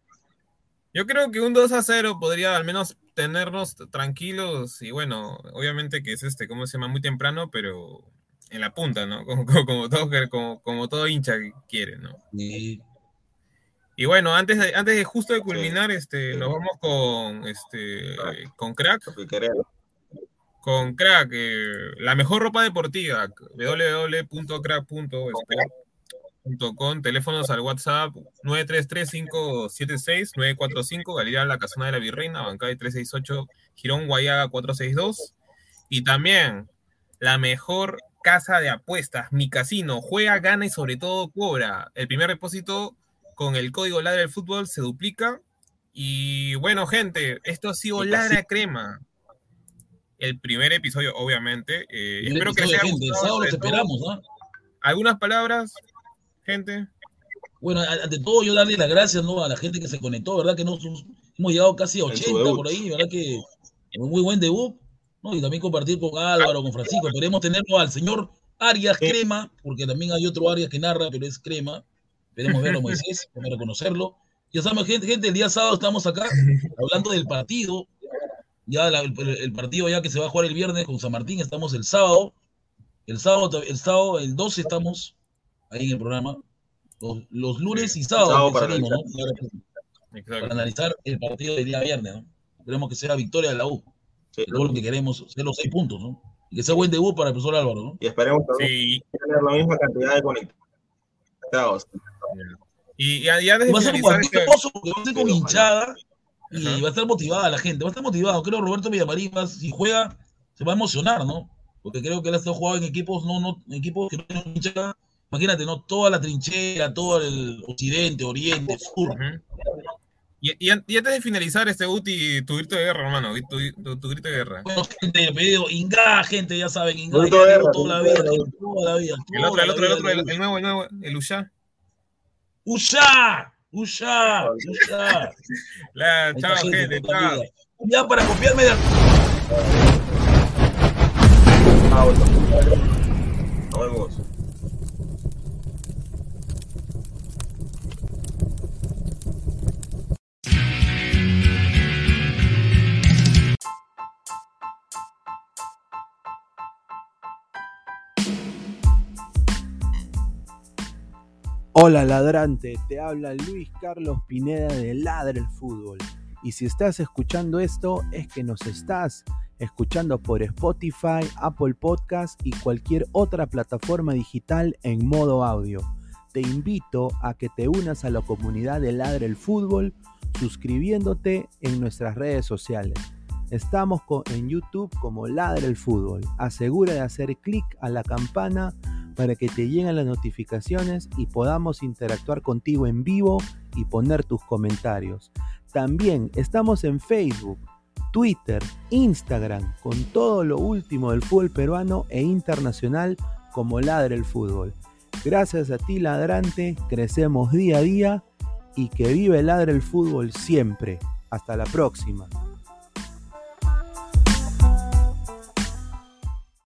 Yo creo que un dos a cero podría al menos tenernos tranquilos y bueno, obviamente que es este, ¿cómo se llama? Muy temprano, pero en la punta, ¿no? Como, como, como todo, como, como todo hincha quiere, ¿no? Y Y bueno, antes de, antes de justo de culminar, este, nos vamos con este con Crack, Lo que queremos. con Crack, eh, la mejor ropa deportiva, w w w punto crack punto sport punto com, teléfonos al WhatsApp nueve tres tres, cinco siete seis, nueve cuatro cinco, Galería La Casona de la Virreina, Bancay trescientos sesenta y ocho, Girón Guayaga cuatrocientos sesenta y dos. Y también la mejor casa de apuestas, Mi Casino, juega, gana y sobre todo cobra. El primer depósito con el código Ladra del Fútbol se duplica. Y bueno, gente, esto ha sido Mi Ladra Crema. El primer episodio, obviamente. Eh, el espero que les episodio, haya gente, el gustado. sábado los sobre todo. esperamos, ¿no? ¿Algunas palabras, gente? Bueno, a- ante todo yo darle las gracias, ¿no? A la gente que se conectó, ¿verdad? Que nos hemos llegado casi a En su ochenta debut. por ahí, ¿verdad? Que un muy buen debut, ¿no? Y también compartir con Álvaro, con Francisco. Esperemos tenerlo al señor Arias Sí. Crema, porque también hay otro Arias que narra, pero es Crema. Esperemos verlo, Moisés, para reconocerlo. Ya sabemos, gente, gente, el día sábado estamos acá hablando del partido. Ya la- el, el partido ya que se va a jugar el viernes con San Martín, estamos el sábado. El sábado, el sábado, el doce estamos ahí en el programa. Los, los lunes y sábados Sábado que para salimos, ¿no? Exacto. Para analizar el partido del día viernes, ¿no? Esperemos que sea victoria de la U. Sí. Que todo lo que queremos, ser los seis puntos, ¿no? Y que sea buen debut para el profesor Álvaro, ¿no? Y esperemos también Sí. tener la misma cantidad de conectados. Y ya, ya Y desde va a ser un finalizar partido este- hermoso porque va a ser con Pero hinchada y Ajá. va a estar motivada la gente, va a estar motivado. Creo que Roberto Villamarín, va- si juega, se va a emocionar, ¿no? Porque creo que él ha estado jugando en equipos, no, no, en equipos que no tienen hinchada. Imagínate, ¿no? Toda la trinchera, todo el occidente, oriente, sur. Ujú. Y, y an- y antes de finalizar este Uti, tu grito de guerra, hermano, tu, tu- tu grito de guerra. Bueno, gente, el pedido, Inga, gente, ya saben, Inga, Grito ya de digo guerra, toda la grito vida, de gente, toda la vida. El toda otro, el la otro, el vida otro, de el, luz. el nuevo, el nuevo, el Ushá. ¡Usha! ¡Usha! ¡Usha! La, Ahí está, chao, gente, gente, toda la chao. vida. Ya para copiarme de... Ah, bueno. Nos vemos. Hola ladrante, te habla Luis Carlos Pineda de Ladra el Fútbol. Y si estás escuchando esto es que nos estás escuchando por Spotify, Apple Podcast y cualquier otra plataforma digital en modo audio. Te invito a que te unas a la comunidad de Ladra el Fútbol suscribiéndote en nuestras redes sociales. Estamos co- en YouTube como Ladra el Fútbol. Asegura de hacer clic a la campana para que te lleguen las notificaciones y podamos interactuar contigo en vivo y poner tus comentarios. También estamos en Facebook, Twitter, Instagram, con todo lo último del fútbol peruano e internacional como Ladra el Fútbol. Gracias a ti, ladrante, crecemos día a día y que vive Ladra el Fútbol siempre. Hasta la próxima.